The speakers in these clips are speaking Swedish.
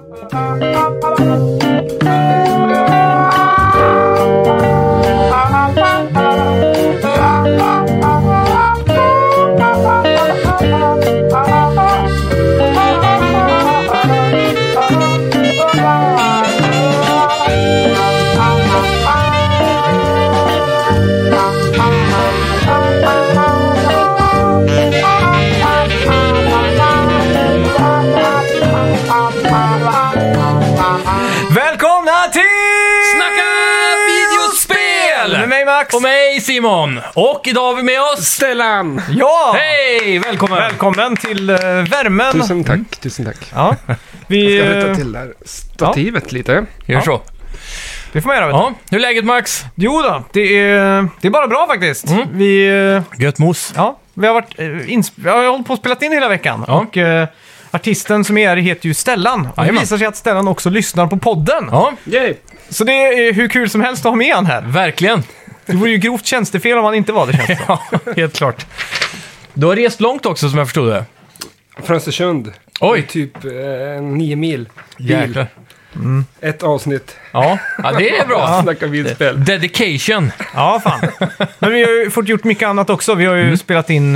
Och mig Simon. Och idag har vi med oss Stellan. Ja! Hej! Välkommen! Välkommen till värmen. Tusen tack. Ja. Jag ska rätta till där stativet lite. Gör så. Det får man göra. Ja. Hur är läget Max? Jo då, det är bara bra faktiskt. Gött mos. Ja, vi har varit jag har hållit på och spelat in hela veckan. Ja. Och artisten som är här heter ju Stellan. Och det visar sig att Stellan också lyssnar på podden. Ja. Yay. Så det är hur kul som helst att ha med han här. Verkligen. Det vore ju grovt tjänstefel om han inte var det, känns det. Ja, helt klart. Du har rest långt också som jag förstod det. Från Östersund. Oj. Typ 9 mil. Jäklar. Ett avsnitt. Ja, det är bra. Snacka bilspel. Dedication. Ja, fan. Men vi har ju fått gjort mycket annat också. Vi har ju spelat in,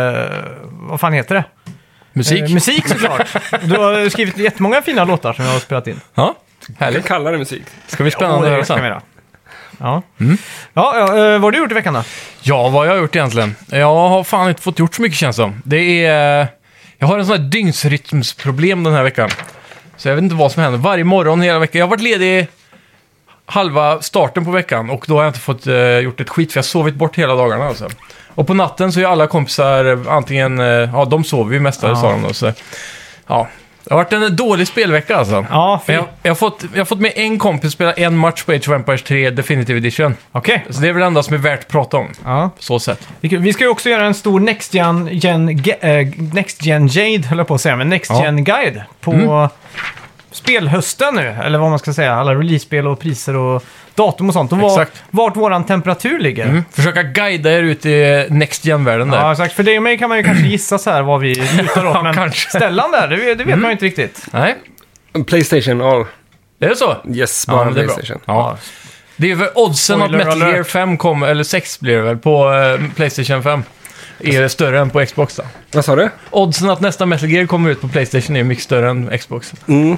vad fan heter det? Musik. Musik såklart. Du har skrivit jättemånga fina låtar som jag har spelat in. Ja, Jag härligt. kallar det musik. Ska vi spännande höra det kan vi sen? göra. Ja. Vad har du gjort i veckan då? Ja, vad har jag gjort egentligen? Jag har fan inte fått gjort så mycket känns som. Det är... Jag har en sån här dygnsrytmsproblem den här veckan. Så jag vet inte vad som händer. Varje morgon hela veckan. Jag har varit ledig halva starten på veckan och då har jag inte fått gjort ett skit för jag har sovit bort hela dagarna alltså. Och på natten så är alla kompisar antingen... de sover ju mestadels sa de då. Så, ja, det har varit en dålig spelvecka alltså. Ja, Men jag har fått med en kompis spela en match på Age of Empires 3 Definitive Edition. Okej. Så det är väl det enda som är värt att prata om. Ja. Så sett. Vi ska ju också göra en stor Next Gen Jade, höll jag på att säga, men Next Gen Guide på spelhösten nu, eller vad man ska säga. Alla release-spel och priser och datum och sånt. Och vart våran temperatur ligger. Försöka guida er ut i Next Gen-världen där. Ja, exakt. För dig och mig kan man ju kanske gissa så här vad vi lutar åt, men kanske. Stellan där, det vet man ju inte riktigt. Nej, PlayStation all. är det så? Yes, Ja, bara men det är bra. PlayStation. Ja. Det är väl oddsen att Spoiler Metal Gear alert. 5 kommer, eller 6 blir det väl, på PlayStation 5. Är större än på Xbox då. Vad sa du? Oddsen att nästa Metal Gear kommer ut på PlayStation är mycket större än Xbox.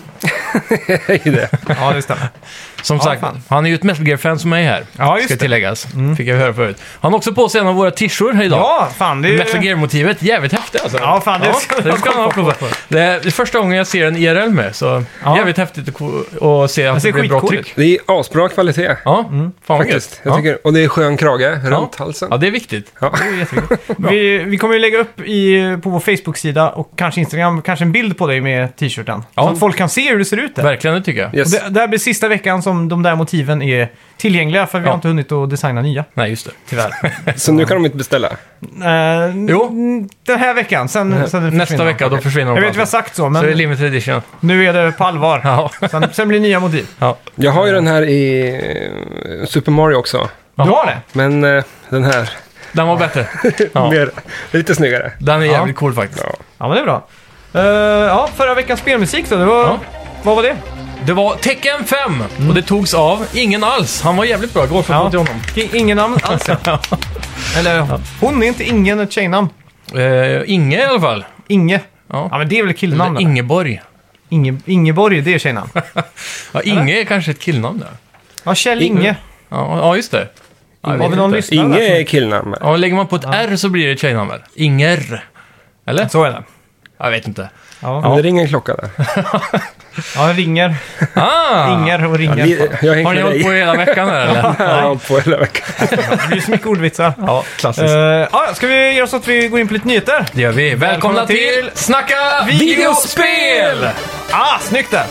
I det. Ja, det stämmer. Som sagt, fan. han är ju ett Metal Gear-fan som är här. Ja, just ska det. tilläggas. Fick jag höra förut. Han har också på sig en av våra t-shirts här idag. Ja, fan. Det är Metal Gear-motivet, jävligt häftigt alltså. Ja, fan, det ska det ska han ha provat. Det är första gången jag ser en IRL med, så jävligt häftigt att se att det blir bra tryck. Det är asbra kvalitet. Ja, fan vad Faktiskt. gött. Jag tycker, och det är skön krage runt halsen. Ja, det är viktigt. Ja. Det är jätteviktigt. Vi kommer ju lägga upp på vår Facebook-sida och kanske Instagram, kanske en bild på dig med t-shirten. Ja. Så att folk kan se hur det ser ut där. Verkligen, det tycker jag. Yes. Och det här blir sista veckan som de där motiven är tillgängliga, för vi har inte hunnit att designa nya, Nej, just det. tyvärr. Så nu kan de inte beställa. Jo. Den här veckan, sen det Nästa försvinner. vecka, då försvinner de. Jag vet vi har sagt så, Så det är men limited edition. nu är det på allvar. Ja. Sen blir det nya motiv. Jag har ju den här i Super Mario också. Du har det? Men den här, Den var bättre. Ja. mer, lite snyggare. Den är jävligt cool faktiskt. Ja. Ja, men det är bra. Förra veckans spelmusik då, vad var det? Det var Tekken 5 och det togs av ingen alls. Han var jävligt bra. Går för till honom. Ingen namn alls, ja. Eller, hon är inte ingen ett tjejnamn. Inge i alla fall. Inge. Ja. Ja, men det är väl killnamn? Eller Ingeborg. Ingeborg, det är tjejnamn. Ja, Inge är kanske ett killnamn där. Ja, Kjell Inge. Ja, just det. Ja, jag Har vi vet någon inte. lyssnare? Inge där? är killnamn. Ja, lägger man på ett R så blir det ett tjejnamn väl? Inger. Eller? Så är det. Jag vet inte. Ja, Det ringer en klocka där. ja ringer. Inger och ringer. Jag hänger Har ni med hållit på dig. hela veckan här eller? Jag har hållit på hela veckan. Det blir så mycket ordvitsar. Ja, klassiskt. Ska vi göra så att vi går in på lite nyheter? Det gör vi. Välkomna till Snacka videospel! Snyggt där!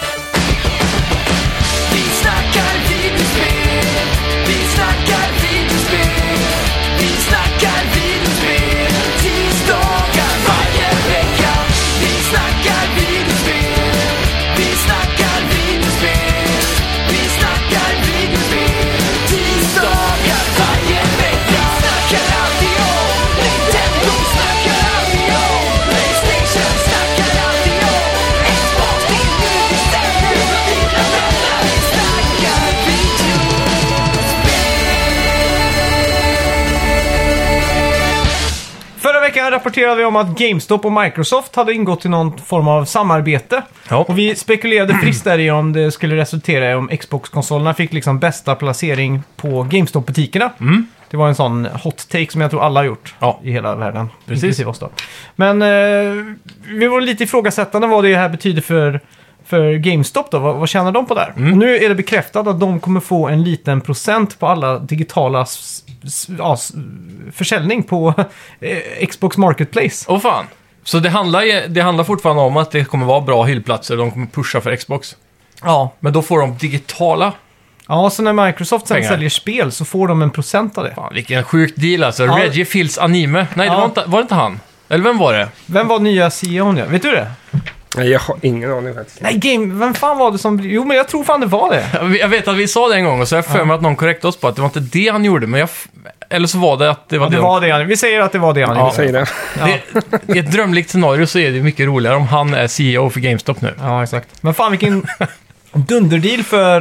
Vi snackar videospel, vi snackar videospel, vi snackar videospel, tisdagar varje vecka. Vi snackar videospel, vi snackar videospel, vi snackar videospel, tisdagar varje vecka. Snackar alltid om Nintendo, snackar alltid om PlayStation, snackar alltid om Xbox, din nu rapporterade vi om att GameStop och Microsoft hade ingått i någon form av samarbete. Ja. Och vi spekulerade friskt där i om det skulle resultera i om Xbox-konsolerna fick liksom bästa placering på GameStop-butikerna. Det var en sån hot take som jag tror alla har gjort i hela världen. Precis. Oss då. Men vi var lite ifrågasättande vad det här betyder för GameStop då. Vad tjänar de på där? Och nu är det bekräftat att de kommer få en liten procent på alla digitala försäljning på Xbox Marketplace. Åh fan. Så det handlar fortfarande om att det kommer vara bra hyllplatser. De kommer pusha för Xbox. Ja. Men då får de digitala. Ja, så när Microsoft sen Pengar. säljer spel så får de en procent av det. Fan, vilken sjuk deal alltså. Ja. Reggie Fils Anime. Nej, det var inte han. Eller vem var det? Vem var nya CEO nu? Vet du det? Nej, jag har ingen aning faktiskt. Nej, vem fan var det som... Jo, men jag tror fan det var det. Jag vet att vi sa det en gång och så har jag för mig att någon korrektade oss på att det var inte det han gjorde. Men eller så var det att det var Det var det han... Vi säger att det var det han Jag gjorde. säger det. I ett drömlikt scenario så är det mycket roligare om han är CEO för GameStop nu. Ja, exakt. Men fan vilken dunderdeal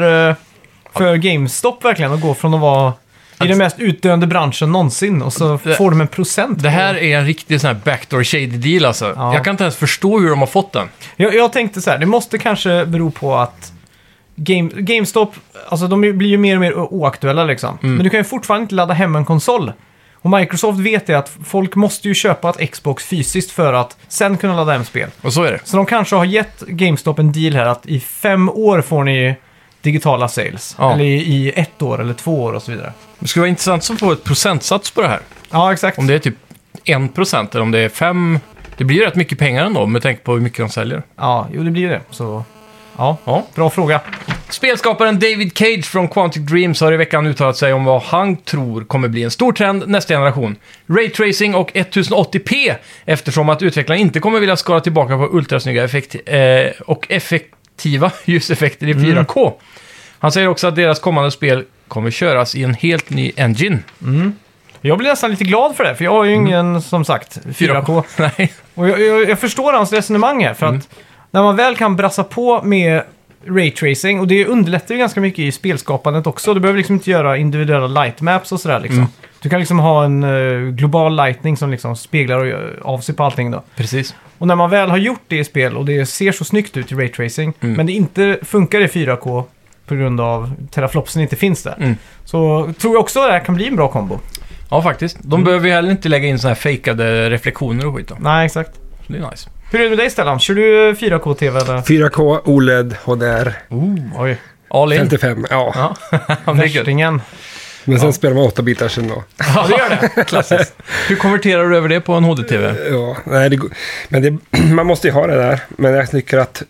för GameStop verkligen att gå från att vara i den mest utdöende branschen någonsin och så får de en procent. Det här är en riktig sån här backdoor shady deal alltså. Ja. Jag kan inte ens förstå hur de har fått den. Jag tänkte så här, det måste kanske bero på att GameStop, alltså de blir ju mer och mer oaktuella liksom. Men du kan ju fortfarande inte ladda hem en konsol. Och Microsoft vet det att folk måste ju köpa ett Xbox fysiskt för att sen kunna ladda hem spel. Och så är det. Så de kanske har gett GameStop en deal här att i 5 år får ni digitala sales. Ja. Eller i 1 år eller 2 år och så vidare. Det skulle vara intressant att få ett procentsats på det här. Ja, exakt. Om det är typ 1% eller om det är 5%. Det blir ju rätt mycket pengar ändå med tanke på hur mycket de säljer. Ja, jo det blir det. Så ja, Ja. bra fråga. Spelskaparen David Cage från Quantic Dreams har i veckan uttalat sig om vad han tror kommer bli en stor trend nästa generation. Raytracing och 1080p, eftersom att utvecklarna inte kommer vilja skala tillbaka på ultrasnygga och effektiva ljuseffekter i 4K. Han säger också att deras kommande spel kommer köras i en helt ny engine. Jag blir nästan lite glad för det, för jag har ju ingen, som sagt, 4K. Nej. Och jag förstår hans resonemang här, för att när man väl kan brassa på med raytracing, och det underlättar ju ganska mycket i spelskapandet också. Du behöver liksom inte göra individuella lightmaps och sådär liksom. Du kan liksom ha en global lightning som liksom speglar av sig på allting då. Precis. Och när man väl har gjort det i spel och det ser så snyggt ut i raytracing, men det inte funkar i 4K på grund av teraflopsen inte finns där. Så tror jag också att det här kan bli en bra kombo. Ja, faktiskt. De behöver ju heller inte lägga in såna här fejkade reflektioner och skit då. Nej, exakt. Så det är nice. Hur är det med dig, Stellan? Kör du 4K-TV eller? 4K, OLED, HDR, Oj. All in. 55. Ja. Ja, det är gött. Värstingen. Men sen spelar man 8-bitar sen då. Ja, det gör det. Klassiskt. Hur konverterar du över det på en HD-TV? Ja, nej, men man måste ju ha det där. Men jag tycker att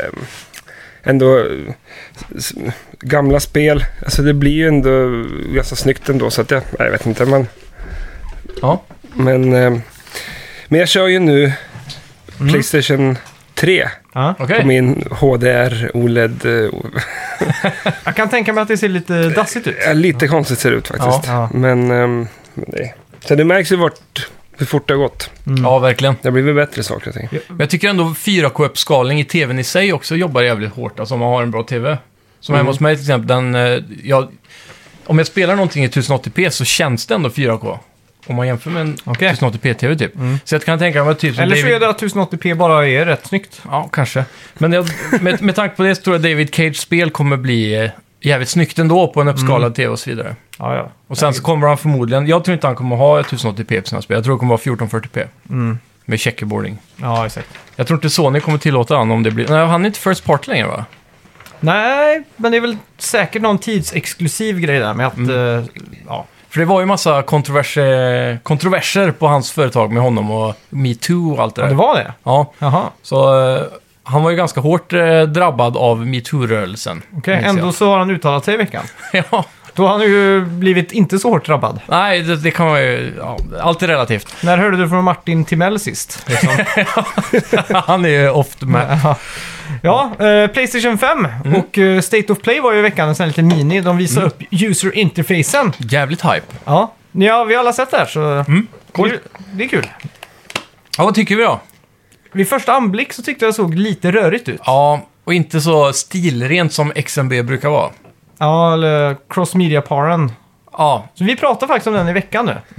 ändå gamla spel, alltså det blir ju ändå ganska snyggt ändå. Så att jag vet inte, Ja. men jag kör ju nu PlayStation 3 Ja. Okej. på min HDR OLED. Jag kan tänka mig att det ser lite dassigt ut. Lite konstigt ser det ut faktiskt. Ja. Men nej. Så det märks ju hur fort det har gått. Ja, verkligen. Det har blivit bättre saker och ting. Men jag tycker ändå 4K-uppskalning i tvn i sig också jobbar jävligt hårt. Alltså om man har en bra tv. Som hemma hos mig till exempel. Om jag spelar någonting i 1080p så känns det ändå 4K. Om man jämför med en 1080p-tv typ. Så jag kan tänka mig typ som Eller så är det att 1080p bara är rätt snyggt. Ja, kanske. Men med tanke på det så tror jag David Cages spel kommer bli jävligt snyggt ändå på en uppskalad tv och så vidare. Ja. Och sen så kommer han förmodligen... Jag tror inte han kommer ha 1080p på sina spel. Jag tror det kommer vara 1440p. Med checkerboarding. Ja, exakt. Jag tror inte Sony kommer tillåta han om det blir... Nej, han är inte first part längre va? Nej, men det är väl säkert någon tidsexklusiv grej där med att... ja. För det var ju massa kontroverser på hans företag med honom och Me Too och allt det Ja, där. det var det? Ja, Jaha. så han var ju ganska hårt drabbad av Me Too-rörelsen. Okej, minns ändå jag. så har han uttalat sig i veckan. Ja, Då har han ju blivit inte så hårt drabbad. nej, det kan man ju... Ja, allt är relativt. När hörde du från Martin Timell sist? Liksom? Han är ju ofta med. Ja, PlayStation 5 och State of Play var ju i veckan en sån här liten mini. De visar upp user-interfacen. Jävligt hype. Ja, vi har alla sett det här så Cool. det är kul. Ja, vad tycker vi då? Vid första anblick så tyckte jag det såg lite rörigt ut. Ja, och inte så stilrent som XMB brukar vara. Ja, eller cross-media-paren. Ja, Så vi pratar faktiskt om den i veckan nu.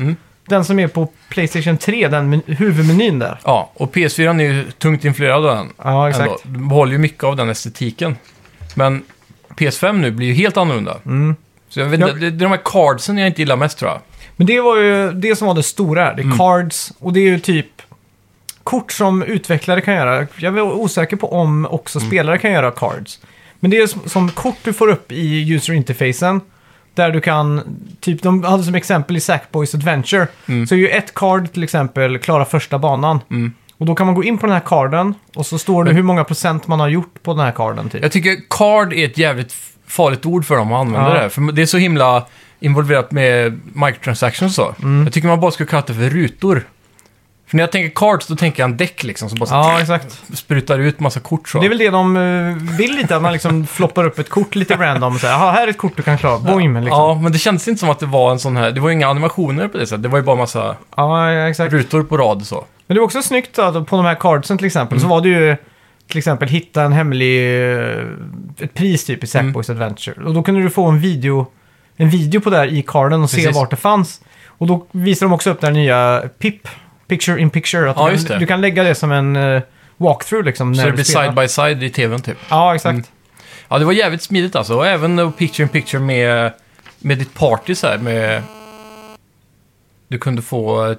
den som är på PlayStation 3, den huvudmenyn där. Ja, och PS4 är ju tungt influerad av den. Ja, exakt. Ändå. Du behåller ju mycket av den estetiken. Men PS5 nu blir ju helt annorlunda. Så jag vet inte, det är de här cardsen jag inte gillar mest, tror jag. Men det var ju det som var det stora här. Det är cards och det är ju typ kort som utvecklare kan göra. Jag är osäker på om också spelare kan göra cards. Men det är som kort du får upp i user interfacen. Där du kan, typ de hade som exempel i Sackboys Adventure. Så är ju ett card till exempel klara första banan. Och då kan man gå in på den här carden och så står det hur många procent man har gjort på den här carden. Typ. Jag tycker card är ett jävligt farligt ord för dem att använda det. För det är så himla involverat med microtransactions och så. Jag tycker man bara ska kalla det för rutor. För när jag tänker cards, då tänker jag en däck liksom som bara exakt. sprutar ut massa kort så. Det är väl det de vill lite, att man liksom floppar upp ett kort lite random och säger, jaha, här är ett kort du kan klara. Boing, liksom. Ja, men det känns inte som att det var en sån här, det var inga animationer på det sättet. Det var ju bara massa Exakt. rutor på rad och så. Men det var också snyggt att på de här cardsen till exempel, så var det ju till exempel hitta en hemlig, ett pris typ i Sackboys Adventure. Och då kunde du få en video på det här i carden och se vart det fanns. Och då visar de också upp den nya PIP. Picture in picture. Att du kan lägga det som en walkthrough liksom. Så när det blir side by side i tvn typ. Ja, exakt. Ja, det var jävligt smidigt alltså. Och även picture in picture med ditt party så här. Du kunde få...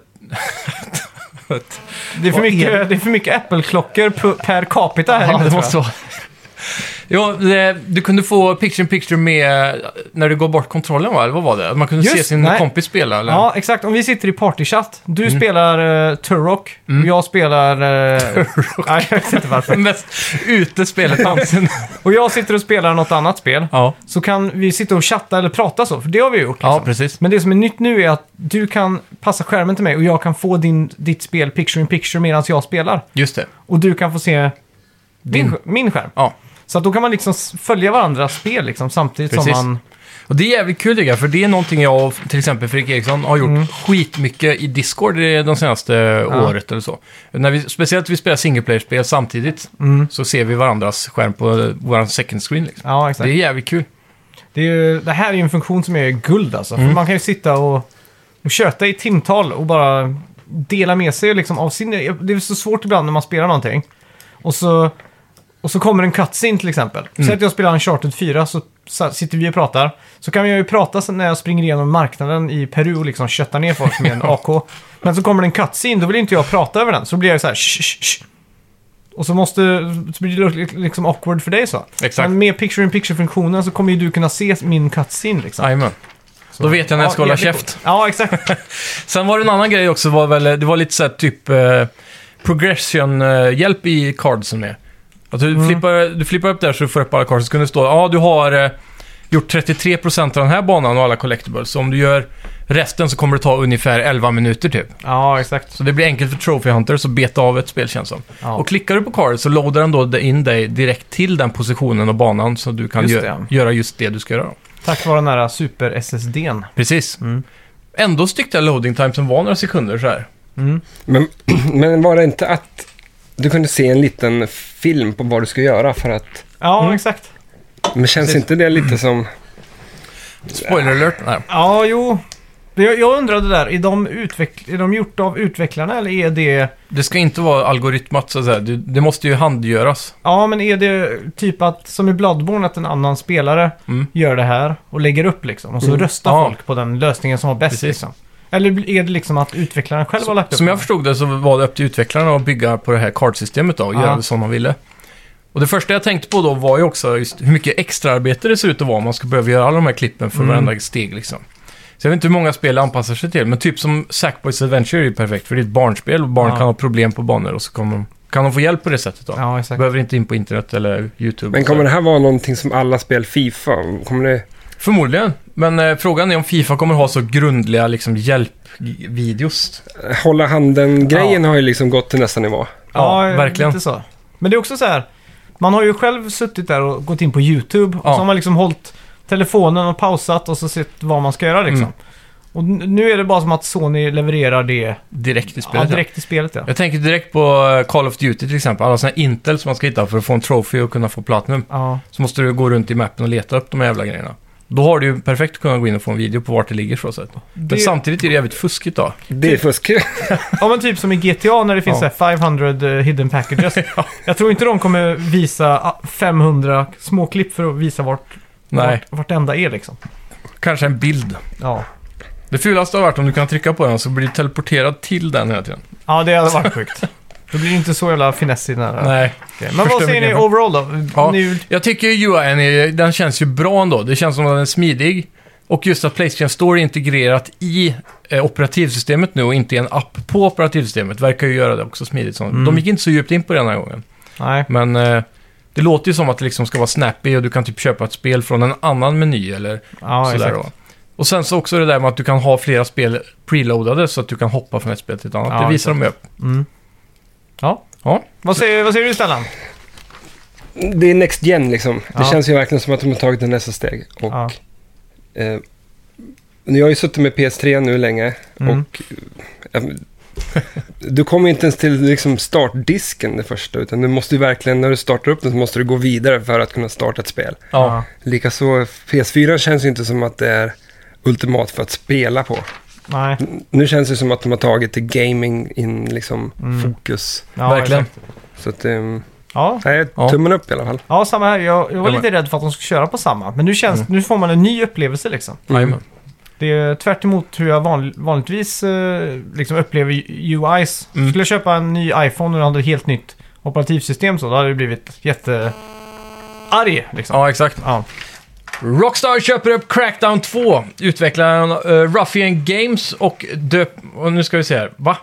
Det är för mycket Apple-klockor per capita här inne, det måste vara. Ja, du kunde få picture in picture med när du går bort kontrollen, va? Eller vad var det? Man kunde se sin kompis spela, eller? Ja, exakt. Om vi sitter i partychatt. Du spelar Turok och jag spelar... Nej, jag vet inte varför. Mest ute-spelet någonsin. Och jag sitter och spelar något annat spel. Ja. Så kan vi sitta och chatta eller prata så, för det har vi gjort. Liksom. Ja, precis. Men det som är nytt nu är att du kan passa skärmen till mig och jag kan få ditt spel picture in picture medan jag spelar. Just det. Och du kan få se min skärm. Ja. Så att då kan man liksom följa varandras spel liksom, samtidigt Precis. som man... Och det är jävligt kul, tycker jag, för det är någonting jag och till exempel Fredrik Eriksson har gjort skitmycket i Discord de senaste året eller så. Speciellt när vi spelar singleplayer-spel samtidigt så ser vi varandras skärm på vår second screen. Liksom. Ja, exakt. Det är jävligt kul. Det här är ju en funktion som är guld alltså. För man kan ju sitta och köta i timtal och bara dela med sig liksom, av sin... Det är så svårt ibland när man spelar någonting. Och så kommer en cutscene till exempel. Säg att jag spelar Uncharted 4 så sitter vi och pratar. Så kan jag ju prata när jag springer igenom marknaden i Peru och liksom köttar ner folk med en AK. Men så kommer det en cutscene, då vill inte jag prata över den. Så blir jag så här, shh. Och så blir det liksom awkward för dig så. Exakt. Men med picture-in-picture-funktionen så kommer ju du kunna se min cutscene liksom. Jajamän. Då vet jag när jag ska hålla käft. Ja, exakt. Sen var det en annan grej också, det var lite så här typ progression-hjälp i cardsen med. Att du flippar upp där så du får upp alla cards. Så kunde det stå, du har gjort 33% av den här banan och alla collectibles. Så om du gör resten så kommer det ta ungefär 11 minuter typ. Ja, exakt. Så det blir enkelt för Trophy Hunters att beta av ett spel, känns som. Ja. Och klickar du på card så loadar den då in dig direkt till den positionen och banan så du kan göra just det du ska göra. Tack vare den här super-SSD:n. Precis. Ändå tyckte jag loading time som var några sekunder så här. Men var det inte att du kunde se en liten film på vad du ska göra för att... Ja, exakt. Men känns inte det lite som... Spoiler alert. Nej. Ja, jo. Jag undrade där, är de gjort av utvecklarna eller är det... Det ska inte vara algoritmat så att säga. Det måste ju handgöras. Ja, men är det typ att, som i Bloodborne, att en annan spelare gör det här och lägger upp liksom. Och så röstar folk på den lösningen som var bäst liksom. Eller är det liksom att utvecklaren själv har lagt upp? Som jag förstod det så var det upp till utvecklarna att bygga på det här cardsystemet då och göra det som man ville. Och det första jag tänkte på då var ju också just hur mycket extra arbete det ser ut att vara om man ska behöva göra alla de här klippen för varenda steg liksom. Så jag vet inte hur många spel anpassar sig till, men typ som Sackboys Adventure är ju perfekt för det är ett barnspel och barn kan ha problem på banor och så kan de få hjälp på det sättet då. Ja, exakt. Behöver inte in på internet eller YouTube. Men kommer det här vara någonting som alla spel FIFA? Kommer det... Förmodligen, men frågan är om FIFA kommer ha så grundliga liksom, hjälpvideos. Hålla handen-grejen har ju liksom gått till nästa nivå. Ja, verkligen. Lite så. Men det är också så här, man har ju själv suttit där och gått in på YouTube och så har man liksom hållit telefonen och pausat och så sett vad man ska göra liksom. Och nu är det bara som att Sony levererar det direkt i spelet. Ja, direkt i spelet, ja. Jag tänker direkt på Call of Duty till exempel. Alla sådana här Intel som man ska hitta för att få en trophy och kunna få platinum. Ja. Så måste du gå runt i mappen och leta upp de här jävla grejerna. Då har du ju perfekt kunnat gå in och få en video på vart det ligger så sätt. Men samtidigt är det jävligt fuskigt då. Det är fusk. Ja, men typ som i GTA när det finns så här 500 hidden packages. Jag tror inte de kommer visa 500 små klipp för att visa vartenda är liksom. Kanske en bild. Ja. Det fulaste har varit om du kan trycka på den så blir du teleporterad till den hela tiden. Ja, det hade varit sjukt. Det blir inte så jävla finessigt den här. Nej. Okay. Men vad säger ni overall då? Ja, jag tycker UI den känns ju bra ändå. Det känns som att den är smidig. Och just att PlayStation Store är integrerat i operativsystemet nu och inte i en app på operativsystemet verkar ju göra det också smidigt. De gick inte så djupt in på den här gången. Nej. Men det låter ju som att det liksom ska vara snappy och du kan typ köpa ett spel från en annan meny eller sådär då. Och sen så också det där med att du kan ha flera spel preloadade så att du kan hoppa från ett spel till ett annat. Det visar de upp. Ja. Vad säger du, Stellan? Det är next gen liksom. Det känns ju verkligen som att de har tagit nästa steg. Och jag har ju suttit med PS3 nu länge. Och du kommer inte ens till liksom startdisken det första. Utan du måste ju verkligen, när du startar upp den så måste du gå vidare för att kunna starta ett spel. Likaså PS4 känns ju inte som att det är ultimat för att spela på. Nej. Nu känns det som att de har tagit till gaming in liksom fokus. Ja, verkligen. Exakt. Så att nej, tummen upp i alla fall. Ja, samma här. Jag var lite rädd för att de skulle köra på samma. Men nu får man en ny upplevelse liksom. Det är tvärt emot hur jag vanligtvis liksom upplever UIs. Skulle jag köpa en ny iPhone och hade ett helt nytt operativsystem så då hade det blivit jättearg liksom. Ja, exakt. Ja. Rockstar köper upp Crackdown 2, utvecklaren Ruffian Games och nu ska vi se här, va?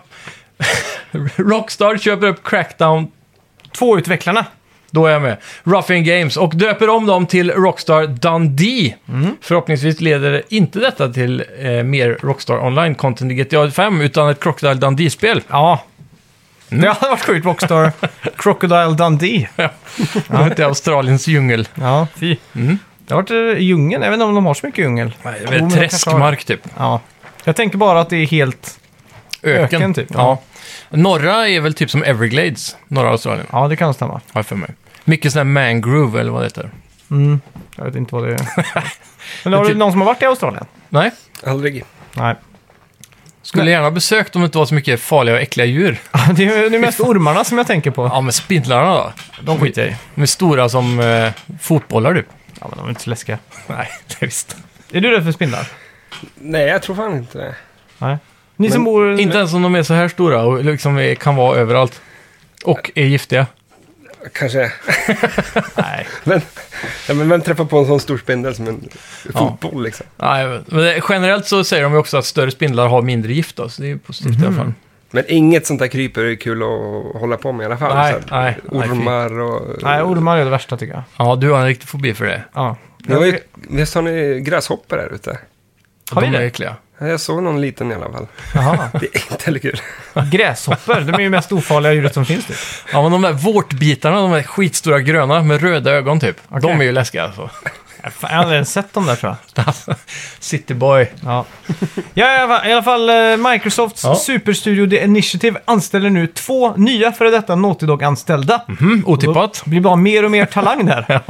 Rockstar köper upp Crackdown 2-utvecklarna. Då är jag med. Ruffian Games och döper om dem till Rockstar Dundee. Förhoppningsvis leder inte detta till mer Rockstar Online-content i GTA 5 utan ett Crocodile Dundee-spel. Ja. Det hade varit sjukt, Rockstar Crocodile Dundee. Ja. Det är Australiens djungel. Ja, fy. Det har varit djungeln. Jag vet inte om de har så mycket djungel. Nej, det är träskmark typ. Ja. Jag tänker bara att det är helt öken typ. Ja. Norra är väl typ som Everglades, norra Australien. Ja, det kan stämma. Ja, för mig. Mycket sån här mangrove eller vad det heter. Jag vet inte vad det är. Men har du någon som har varit i Australien? Nej. Aldrig. Nej. Skulle gärna besökt om det inte var så mycket farliga och äckliga djur. Det är mest ormarna som jag tänker på. Ja, men spindlarna då? De skiter jag i. De är stora som fotbollar typ. Ja, men de är inte så läskiga. Nej, det är visst. Är du rädd för spindlar? Nej, jag tror fan inte det. Nej. Ni som bor... Inte ens om de är så här stora och liksom kan vara överallt. Och är giftiga. Kanske. Nej. Men vem träffar på en sån stor spindel som en fotboll liksom? Nej, men generellt så säger de ju också att större spindlar har mindre gift då, så det är ju positivt i alla fall. Men inget sånt där kryper är kul att hålla på med i alla fall. Nej, ormar och... Nej, ormar är det värsta tycker jag. Ja, du har en riktig fobi för det. Ja. Visst har ni gräshoppor här ute? Har vi de är det? äckliga. Jag såg någon liten i alla fall. Jaha. Det är inte heller kul. Gräshoppor, de är ju mest ofarliga djuret som finns typ. Ja, men de där vårtbitarna, de där skitstora gröna med röda ögon typ. Okay. De är ju läskiga alltså. Jag har aldrig sett dem där tror jag. Cityboy. Ja. Ja, i alla fall Microsofts Superstudio The Initiative anställer nu 2 nya före detta Naughty Dog-anställda. Otippat. Det blir bara mer och mer talang där.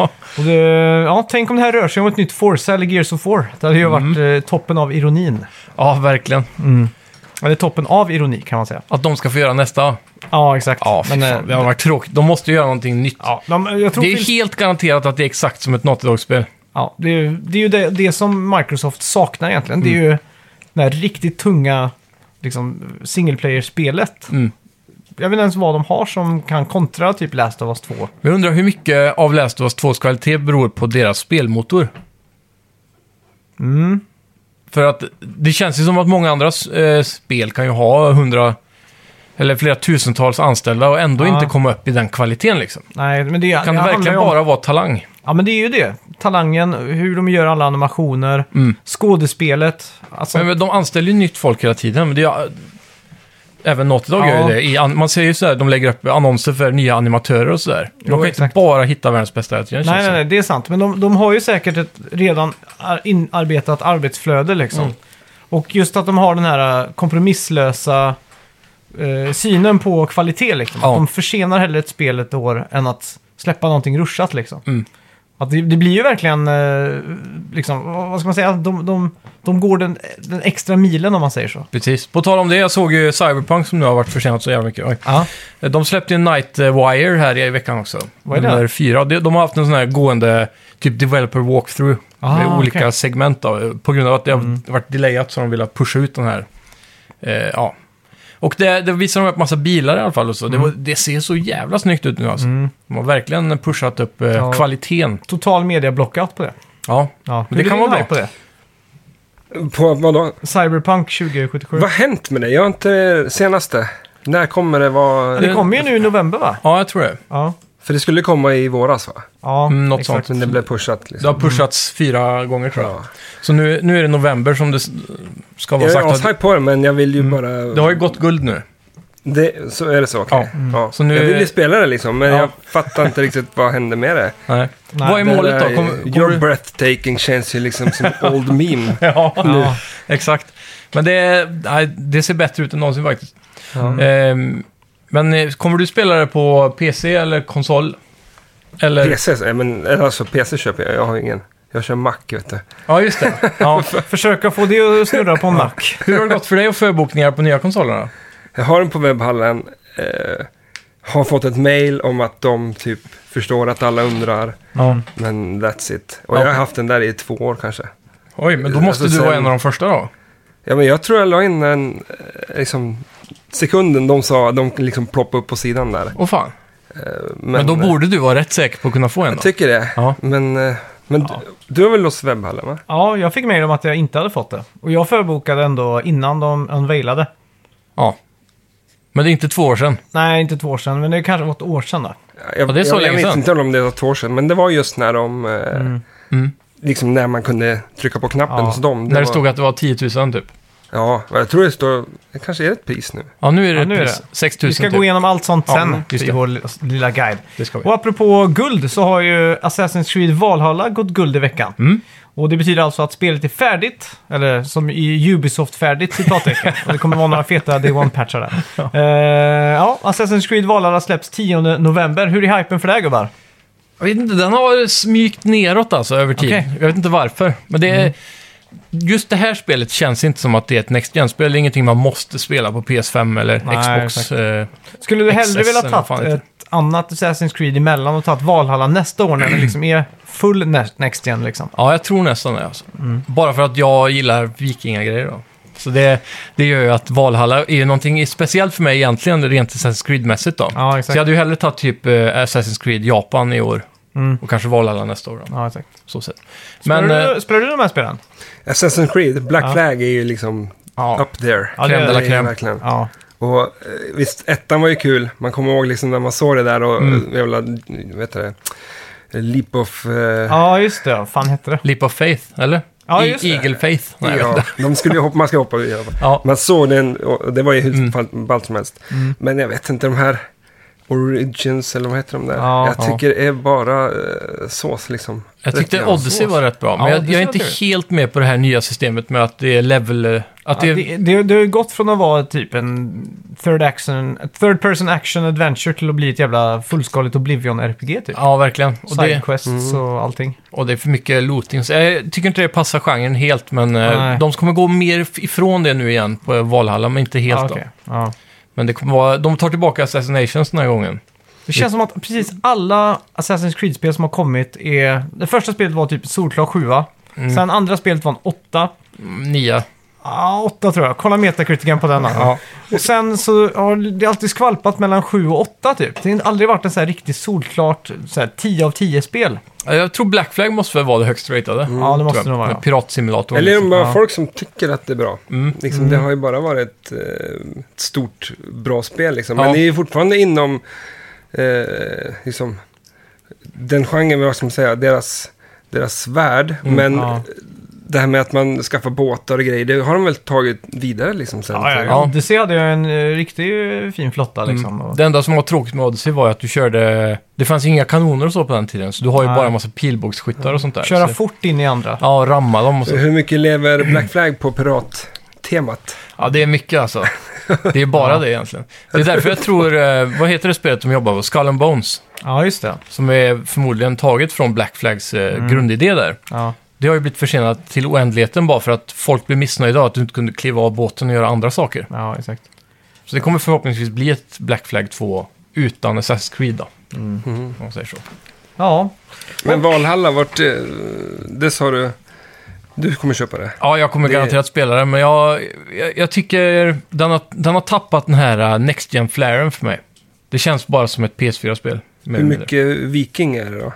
Och tänk om det här rör sig om ett nytt Forza eller Gears of War. Det hade ju varit toppen av ironin. Ja, verkligen. Eller toppen av ironi kan man säga. Att de ska få göra nästa. Ja, exakt. Ja, men det har varit tråkigt. De måste ju göra någonting nytt. Ja, jag tror det är helt garanterat att det är exakt som ett Naughty Dog-spel. Ja, det är ju det som Microsoft saknar egentligen. Det är ju det här riktigt tunga liksom, single player-spelet. Jag vet inte ens vad de har som kan kontra typ Last of Us 2. Jag undrar hur mycket av Last of Us 2s kvalitet beror på deras spelmotor. För att det känns ju som att många andra spel kan ju ha 100 eller flera tusentals anställda och ändå inte komma upp i den kvaliteten liksom. Nej, men det kan det verkligen bara vara talang? Ja, men det är ju det. Talangen, hur de gör alla animationer, skådespelet. Alltså... Men de anställer ju nytt folk hela tiden. Men det är, även Naughty Dog gör ju det. Man ser ju så här, de lägger upp annonser för nya animatörer och sådär. De kan inte bara hitta världens bästa hela tiden. Nej, det är sant. Men de har ju säkert ett redan inarbetat arbetsflöde liksom. Och just att de har den här kompromisslösa synen på kvalitet liksom. Att de försenar hellre ett spel ett år än att släppa någonting ruschat liksom. Att det blir ju verkligen, liksom, vad ska man säga, de går den extra milen om man säger så. Precis. På tal om det, jag såg ju Cyberpunk som nu har varit försenat så jävla mycket. Oj. Ja, De släppte ju Nightwire här i veckan också. Vad är det? Nummer 4. De har haft en sån här gående typ developer walkthrough med olika okej. segment då, på grund av att det har varit delayat så de vill pusha ut den här. Ja. Och det visar de upp massa bilar i alla fall. Och så. Det ser så jävla snyggt ut nu alltså. De har verkligen pushat upp kvaliteten. total media-blockout på det. Ja, Ja, det kan vara bra. på det. På vad då? Cyberpunk 2077. Vad har hänt med det? Jag har inte senaste. När kommer det vara... Det kommer ju nu i november va? Ja, jag tror det. Ja, För det skulle komma i våras va? ja Något exakt. sånt. Men det blev pushat Det liksom. har pushats 4 gånger tror jag. Ja. Så nu är det november som det ska vara Jag är sagt. ashype på det, men jag vill ju bara... Det har ju gått guld nu. Så är det så, okej. Ja. Så nu- Jag vill ju spela det liksom, men Ja. jag fattar inte riktigt vad hände med det. Nej. Nej, Vad är Det målet då? där, Kommer Your du... breathtaking känns ju liksom som old meme. Ja, exakt. Men det ser bättre ut än någonsin faktiskt. Ja. Men kommer du spela det på PC eller konsol? Eller... PC, men alltså PC köper jag har ingen. Jag kör Mac, vet du. Ja, just det. Ja. Försöka få det att snurra på en Mac. Hur har det gått för dig att förbokningar på nya konsolerna? Jag har den på webbhallen. Har fått ett mail om att de typ förstår att alla undrar. Ja. Men that's it. Och Ja. jag har haft den där i 2 år kanske. Oj, men då måste Alltså, du vara sen- en av de första då. Ja, men jag tror jag la in en liksom, sekunden de sa, de liksom ploppade upp på sidan där. Åh fan. Eh, Men då borde du vara rätt säker på att kunna få en Jag då. tycker det. Ja. Men Ja. du har väl låst webbhallen, va? Ja, jag fick mejl om att jag inte hade fått det. Och jag förbokade ändå innan de unveilade. Ja. Men det är inte 2 år sedan. Nej, inte 2 år sedan, men det kanske var ett år sedan då. Jag, det är så jag länge vet sedan. inte om det var 2 år sedan, men det var just när de... Mm. Liksom när man kunde trycka på knappen Ja. hos dem. När det var, stod att det var 10 000 typ. Ja, jag tror det står... Det kanske är ett pris nu. Ja, nu är det Ja, nu är pris. det. 6 000 Vi ska typ. gå igenom allt sånt Ja, sen just i det. vår lilla guide. Det ska vi. Och apropå guld så har ju Assassin's Creed Valhalla gått guld i veckan. Mm. Och det betyder alltså att spelet är färdigt, eller som i Ubisoft-färdigt citattecken. Och det kommer vara några feta Day One-patchar där. Ja, Assassin's Creed Valhalla släpps 10 november. Hur är hypen för det här, gubbar? Jag vet inte, den har smygt neråt alltså över tid. Okej. Jag vet inte varför. Men det är... Just det här spelet känns inte som att det är ett Next Gen-spel. Det är ingenting man måste spela på PS5 eller Nej, Xbox. exakt. Skulle du hellre XS vilja eller vad fan ta heter ett annat Assassin's Creed emellan och tagit Valhalla nästa år när det liksom är full Next Gen liksom? Ja, jag tror nästan det alltså. Bara för att jag gillar vikingagrejer då. Så det gör ju att Valhalla är någonting speciellt för mig egentligen rent Assassin's Creed-mässigt då. Ja, Så exakt. jag hade ju hellre tagit typ Assassin's Creed Japan i år. Och kanske Valhalla nästa år då. Ja, exakt. Så sett. Spelar du de här spelen? Assassin's Creed, Black Ja. Flag är ju liksom ja, up there. Ja, det är crème de det. la crème. Verkligen. Ja. Och visst, ettan var ju kul. Man kommer ihåg liksom när man såg det där och jävla, vet du det, Leap of... Ja, just det. Vad fan hette det? Leap of Faith, eller? Ja, just det. Eagle Faith. Nej, jag vet ja, inte. de skulle ju hoppa, man ska hoppa i alla fall. Ja. Man såg den, och det var ju hur ballt som helst. Men jag vet inte, de här Origins, eller vad heter de där? Ja, jag tycker det är bara sås liksom. Jag tyckte Rätt grann. Odyssey var rätt bra, men Ja, jag är Odyssey inte var kul. helt med på det här nya systemet med att det är level... Att Ja, det, det har gått från att vara typ en third person action adventure till att bli ett jävla fullskaligt Oblivion-RPG typ. ja, verkligen. Sidequests och allting. Och det är för mycket looting. Så jag tycker inte det passar genren helt, men Nej. de kommer gå mer ifrån det nu igen på Valhalla, men inte helt Ja, då. okej. Ja. Men det kommer vara, de tar tillbaka Assassinations den här gången. Det känns som att precis alla Assassin's Creed-spel som har kommit är... Det första spelet var typ solklar 7. Sen andra spelet var en 8. 9. Ja, 8 tror jag. Kolla metakritiken på den. Ja. Och sen så har det alltid skvalpat mellan 7 och 8 typ. Det har aldrig varit en så här riktigt solklart så här 10 av 10 spel. Jag tror Black Flag måste väl vara det högst ratade. Ja, det måste det nog vara. Med Piratsimulatorn. Eller är det liksom. bara Ja. folk som tycker att det är bra? Liksom, det har ju bara varit ett stort, bra spel liksom. Men Ja. det är ju fortfarande inom liksom, den genren, vad ska man säga, deras värld. Men ja. det här med att man skaffar båtar och grejer, det har de väl tagit vidare liksom sen. Ja. Odyssey hade ju en riktigt fin flotta liksom. Och... Det enda som var tråkigt med Odyssey var att du körde... Det fanns inga kanoner och så på den tiden, så du har ju Nej. bara en massa pilbågsskyttar och sånt där. Köra så, fort in i andra. ja, ramma dem och Så så. hur mycket lever Black Flag på pirattemat? Ja, det är mycket alltså. Det är bara det egentligen. Det är därför jag tror, vad heter det spelet de jobbar på? Skull and Bones. Ja, just det. Som är förmodligen taget från Black Flags grundidé där. Ja. Det har ju blivit försenat till oändligheten bara för att folk blir missnöjda att du inte kunde kliva av båten och göra andra saker. Ja, exakt. Så det kommer förhoppningsvis bli ett Black Flag 2 utan Assassin's Creed då. Om man säger så. Ja, Men Valhalla, det sa du... Du kommer köpa det. Ja, jag kommer garanterat spela det, men jag tycker den har tappat den här Next Gen-flaren för mig. Det känns bara som ett PS4-spel. Hur mycket viking är det då?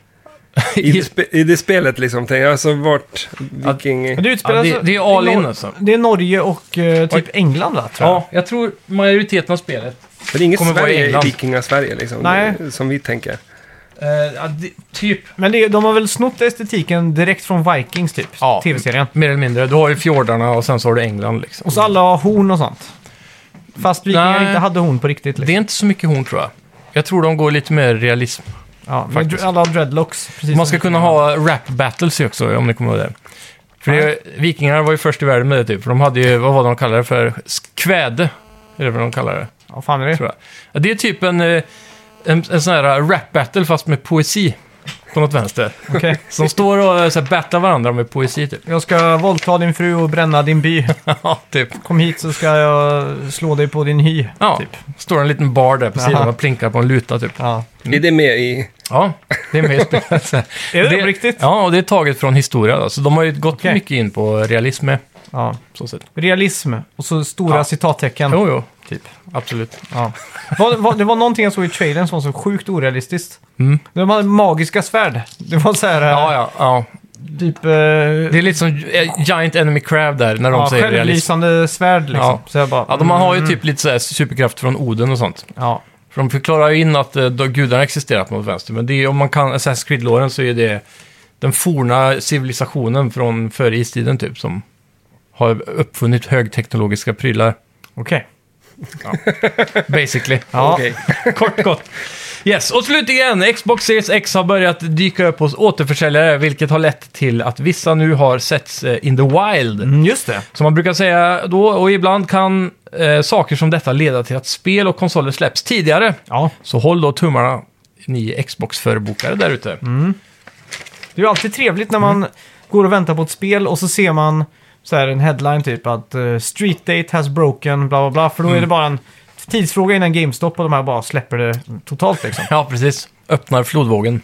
I det spelet liksom, tänker jag. Alltså vart viking... men det utspelar sig... det är all in alltså. Det är Norge och typ England, va, tror jag. Ja, jag tror majoriteten av spelet. Men det är inget kommer vara i Sverige, England. vikingasverige liksom. Nej. Som vi tänker. Typ. Men de har väl snott estetiken direkt från Vikings, typ. Ja. TV-serien. Mer eller mindre. Du har ju fjordarna och sen så har du England liksom. Och så alla har horn och sånt. Fast vikingar Nej. inte hade horn på riktigt. Det Liksom. är inte så mycket horn tror jag. Jag tror de går lite mer realism. Ja, faktiskt. med alla dreadlocks. Precis Man som ska kunna vikingar. ha rap battles också, om ni kommer ihåg det. För vikingar var ju först i världen med det typ. För de hade ju, vad var de kallade det för? Kväde. Är det vad de kallar det, Ja, fan är det? tror jag. Ja, det är typ en sån här rap battle fast med poesi. På något vänster. Okej. Som står och så här, battlar varandra med poesi typ. Jag ska våldta din fru och bränna din by. Ja, typ. Kom hit så ska jag slå dig på din hy. Ja, Typ. står en liten bar där på Aha. sidan och plinkar på en luta typ. Ja. Är det med i... Ja, det är med i spelet. Så här. Är det på riktigt? Ja, och det är taget från historia då. Så de har ju gått Okej. mycket in på realism med. Ja. Så sätt. Realism och så stora Ja. citattecken. Jo, Typ. absolut. Ja. Det var någonting jag såg i trailern som var så sjukt orealistiskt. Mm. De hade magiska svärd. Det var så här... Ja. Typ... Det är lite som Giant Enemy Crab där, när de säger realism. självlysande svärd liksom. Ja. Så jag bara... Ja, de har ju typ lite så här superkraft från Oden och sånt. Ja. För de förklarar ju in att gudarna existerar på något vänster. Men det är, om man kan Assassin's Creed-låren så är det den forna civilisationen från före istiden typ, som har uppfunnit högteknologiska prylar. Okej. Basically. Ja. Okej. Kort gott. Yes, och slutligen, Xbox Series X har börjat dyka upp hos återförsäljare, vilket har lett till att vissa nu har setts in the wild. Just det. Som man brukar säga då, och ibland kan saker som detta leda till att spel och konsoler släpps tidigare. Ja. Så håll då tummarna, ni Xbox-förbokare där ute. Det är ju alltid trevligt när man går och väntar på ett spel och så ser man så här en headline typ att Street Date has broken, bla bla bla. För då är det bara en tidsfråga innan GameStop och de här bara släpper det totalt liksom. Ja, precis. Öppnar flodvågen.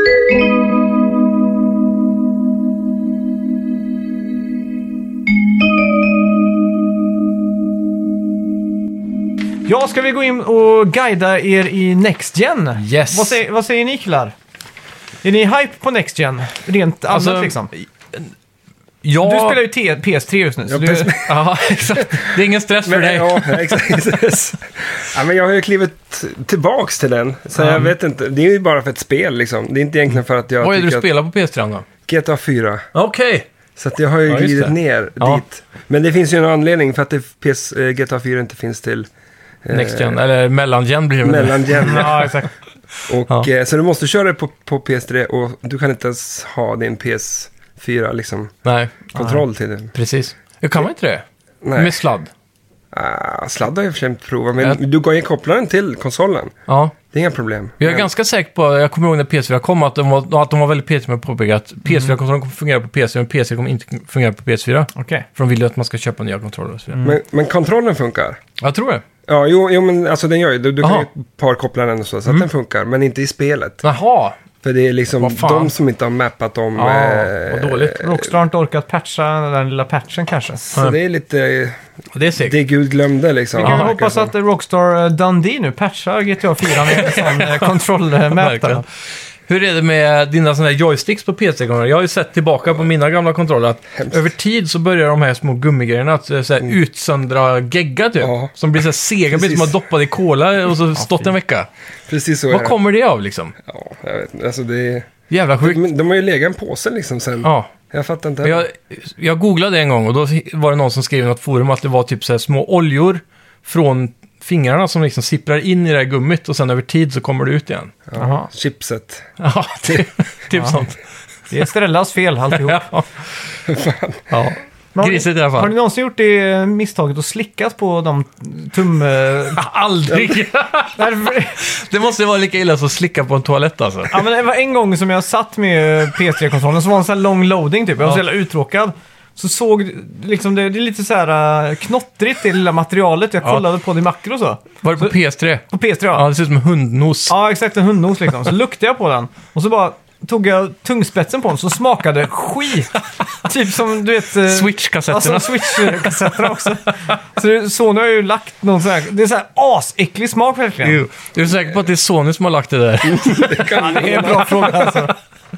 Ja, ska vi gå in och guida er i Next Gen? Yes. Vad säger ni killar? Är ni hype på Next Gen? Rent allmänt liksom. Ja, Du spelar ju PS3 just nu. Så Ja, du... ja, exakt. Det är ingen stress för Men, dig. ja, exakt. Ja, men jag har ju klivit tillbaks till den. Så jag vet inte. Det är ju bara för ett spel liksom. Det är inte egentligen för att jag Vad är det du tycker spelar på PS3 då? att GTA 4. Okej. Så att jag har ju Ja, just glidit det. ner Ja. dit. Men det finns ju en anledning för att GTA 4 inte finns till Next Gen, eller mellan-gen blir det väl nu. mellan-gen. Ja, exakt. Och, så du måste köra det på PS3 och du kan inte ens ha din PS4 liksom, Nej, kontroll till det. precis. Hur kan man inte det? Nej. Med sladd? Sladd har jag för sig inte provat, men Ja. du går ju koppla den till konsolen. Ja. Det är inga problem. Jag är Men- ganska säker på, jag kommer ihåg när PS4 kom, att de var väldigt petiga med att påpeka att PS4-kontrollen kommer fungera på PC, men PC kommer inte fungera på PS4. Okej. För de vill ju att man ska köpa nya kontroller och så vidare. Men kontrollen funkar. Jag tror det. Ja, jo men alltså den gör ju. Du kan Aha. ju parkoppla den och så att den funkar, men inte i spelet. Jaha. För det är liksom Vad fan. de som inte har mappat om... Vad dåligt. Rockstar har inte orkat patcha den lilla patchen kanske. Så det är lite... Det är säkert. Det Gud glömde liksom. Vi kan Ja, hoppas att Rockstar Dundee nu patchar GTA 4 med en sån kontrollmap Verkligen. där. Hur är det med dina sådana här joysticks på PC-kontroller? Jag har ju sett tillbaka på mina gamla kontroller att Hemskt. över tid så börjar de här små gummigrejerna att så här, utsöndra gegga typ. Ja. Som blir så här sega, blir som Precis. att doppa i cola och så stått en vecka. Precis så är Vad det. kommer det av liksom? Ja, jag vet inte. Alltså det är... Jävla sjukt. De har ju legat en påse liksom sen. Ja. Jag fattar inte. Jag googlade en gång och då var det någon som skrev i något forum att det var typ så här små oljor från fingrarna som liksom sipprar in i det här gummit och sen över tid så kommer det ut igen. Jaha. Chipset. Ja, typ sånt. Det är Estrellas fel alltihop. Ja. Ja. Grisigt i alla fall. Har ni någonsin gjort det misstaget att slickas på de Aldrig! Det måste vara lika illa som att slicka på en toalett alltså. Ja, men det var en gång som jag satt med PS3-kontrollen så var det en sån här lång loading typ. Jag var så jävla uttråkad. Så såg liksom det är lite så här knottrigt det lilla materialet. Jag kollade på det i makro och så. Var det på PS3? På PS3 Ja, det ser ut som en hundnos. Ja, exakt, en hundnos liksom. Så luktade jag på den. Och så bara tog jag tungspetsen på den så smakade skit. Typ som du vet... Switch-kassetterna. Ja, som Switch-kassetterna också. Så nu har jag ju lagt någon sån här... Det är så här asäcklig smak verkligen. Jo. Du är säker på att det är Sony som har lagt det där? Det är en bra fråga alltså.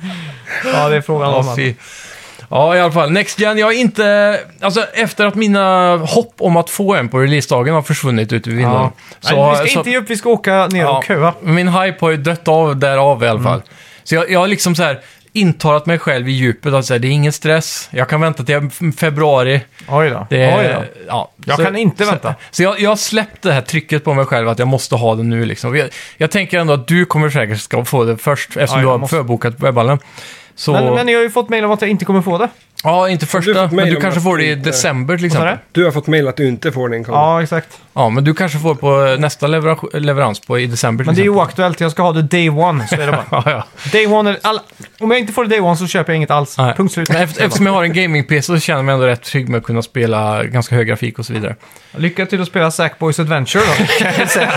Ja, det är frågan om. Fy. Ja, i alla fall. Next Gen, jag är inte... Alltså, efter att mina hopp om att få en på releasedagen har försvunnit ut ur vinden. Ja. Nej, vi ska inte ge upp, vi ska åka ner och köa. Min hype har ju dött av därav i alla fall. Så jag har liksom så här intalat mig själv i djupet att säga det är ingen stress. Jag kan vänta till februari. Oj då. Ja, Jag kan inte vänta. Så jag har släppt det här trycket på mig själv att jag måste ha det nu liksom. Jag tänker ändå att du kommer säkert ska få det först eftersom du har förbokat webballen. Så... Men jag har ju fått mejl om att jag inte kommer få det. Ja, inte första, men du kanske får det i december till exempel. Du har fått mejl att du inte får din kod. Ja, exakt. Ja, men du kanske får på nästa leverans på i december till Men det är exempel. oaktuellt, jag ska ha det day one, så är det bara. Ja. Day one om jag inte får det day one så köper jag inget alls. Nej. Punkt slut. Men eftersom jag har en gaming-PC så känner jag mig ändå rätt trygg med att kunna spela ganska hög grafik och så vidare. Lycka till att spela Sackboys Adventure då, kan jag säga.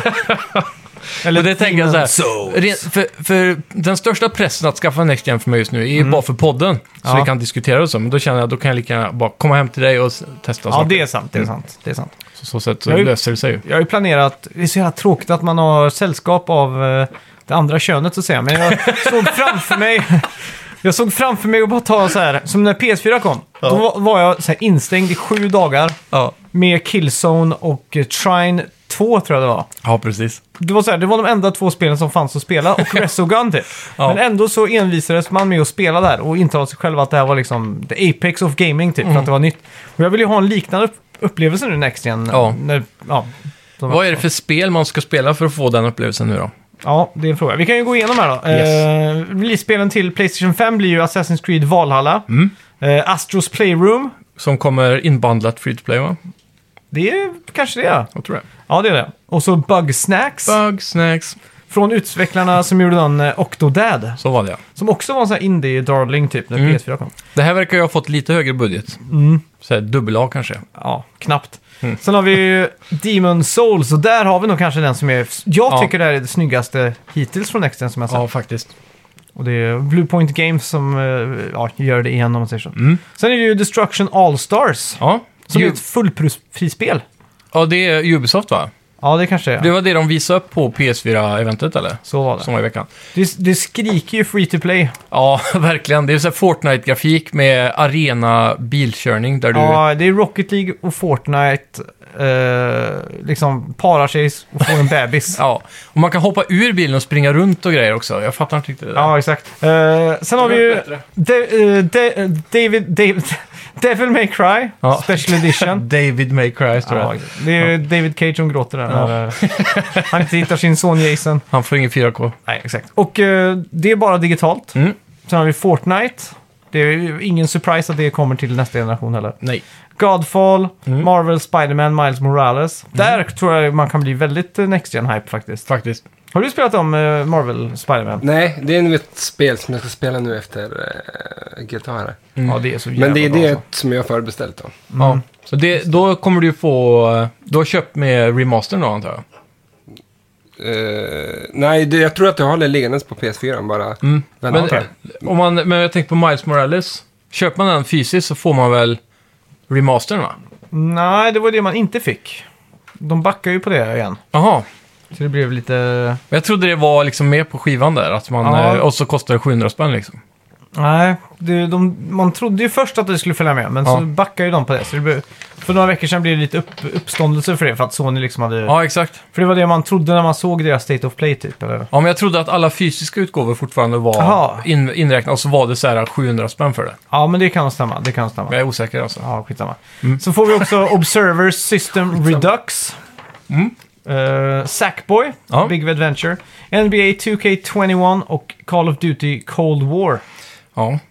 Eller det tänker jag så här. För den största pressen att skaffa Next Gen för mig just nu är ju bara för podden. Så vi kan diskutera och så. Men då känner jag att då kan jag lika gärna bara komma hem till dig och testa saker. Ja, det är sant. Det är sant. Det är sant. Så sätt så löser det sig ju. Jag har ju planerat, det är så jävla tråkigt att man har sällskap av det andra könet så att säga. Men jag såg framför mig... Jag såg framför mig att bara ta så här, som när PS4 kom. Då var jag så här instängd i 7 dagar med Killzone och Trine 2 tror jag det var. Ja, precis. Det var så här, det var de enda 2 spelen som fanns att spela och Resogun typ. Men ändå så envisades man med att spela där och intalade sig själv att det här var liksom the apex of gaming typ, för att det var nytt. Och jag vill ju ha en liknande upplevelse nu Next Gen. Vad är det för spel man ska spela för att få den upplevelsen nu då? Ja, det är en fråga. Vi kan ju gå igenom här då. Release-spelen till PlayStation 5 blir ju Assassin's Creed Valhalla. Astros Playroom. Som kommer inbandlat free to play, va? Det är kanske det. Jag tror det. Ja, det är det. Och så Bugsnax. Bugsnax. Från utvecklarna som gjorde den Octodad. Så var det, ja. Som också var en sån här indie-darling typ när PS4 kom. Det här verkar ju ha fått lite högre budget. Så här dubbel A kanske. Ja, knappt. Sen har vi ju Demon Souls och där har vi nog kanske den som är... Jag tycker det här är det snyggaste hittills från Next Gen som jag sett. Ja, faktiskt. Och det är Blue Point Games som gör det igen om man säger så. Sen är det ju Destruction All-Stars. Ja. Som är ett fullprisspel. Ja, det är Ubisoft, va? Ja, det kanske är. Det var det de visade upp på PS4-eventet, eller? Så var det. Som var i veckan. Det skriker ju free to play. Ja, verkligen. Det är så här Fortnite-grafik med arena bilkörning där du... Ja, det är Rocket League och Fortnite liksom parar sig och får en bebis. Ja, och man kan hoppa ur bilen och springa runt och grejer också. Jag fattar inte riktigt det där. Ja, exakt. Sen har vi ju Devil May Cry Special Edition. David May Cry, tror jag. Ja, det är David Cage som gråter där. När han inte hittar sin son Jason. Han får ingen 4K. Nej, exakt. Och det är bara digitalt. Sen har vi Fortnite. Det är ju ingen surprise att det kommer till nästa generation heller. Nej. Godfall, Marvel, Spider-Man, Miles Morales. Där tror jag man kan bli väldigt Next Gen-hype faktiskt. Har du spelat om Marvel, Spider-Man? Nej, det är nog ett spel som jag ska spela nu efter GTA här. Ja, det är så jävla Men det är bra det så. som jag har förbeställt då. Ja. Så då kommer du få... Du har köpt med remastern då, antar jag? Nej, jag tror att jag har det liggandes på PS4 bara. Men jag tänker på Miles Morales. Köper man den fysiskt så får man väl remastern, va? Nej, det var det man inte fick. De backar ju på det igen. Jaha. Så det blev lite... Jag trodde det var liksom med på skivan där. Att man, och så kostar det 700 spänn liksom. Nej, man trodde ju först att det skulle följa med. Men så backar ju de på det. Så det blev, för några veckor sedan blev det lite uppståndelse för det. För att Sony liksom hade... Ja, exakt. För det var det man trodde när man såg deras State of Play typ, eller? Ja, men jag trodde att alla fysiska utgåvor fortfarande var inräknade. Och så var det så här 700 spänn för det. Ja, men det kan stämma. Jag är osäker alltså. Ja, skitsamma. Så får vi också Observer System Redux. Sackboy, Big Adventure. NBA 2K21 och Call of Duty Cold War. Ja.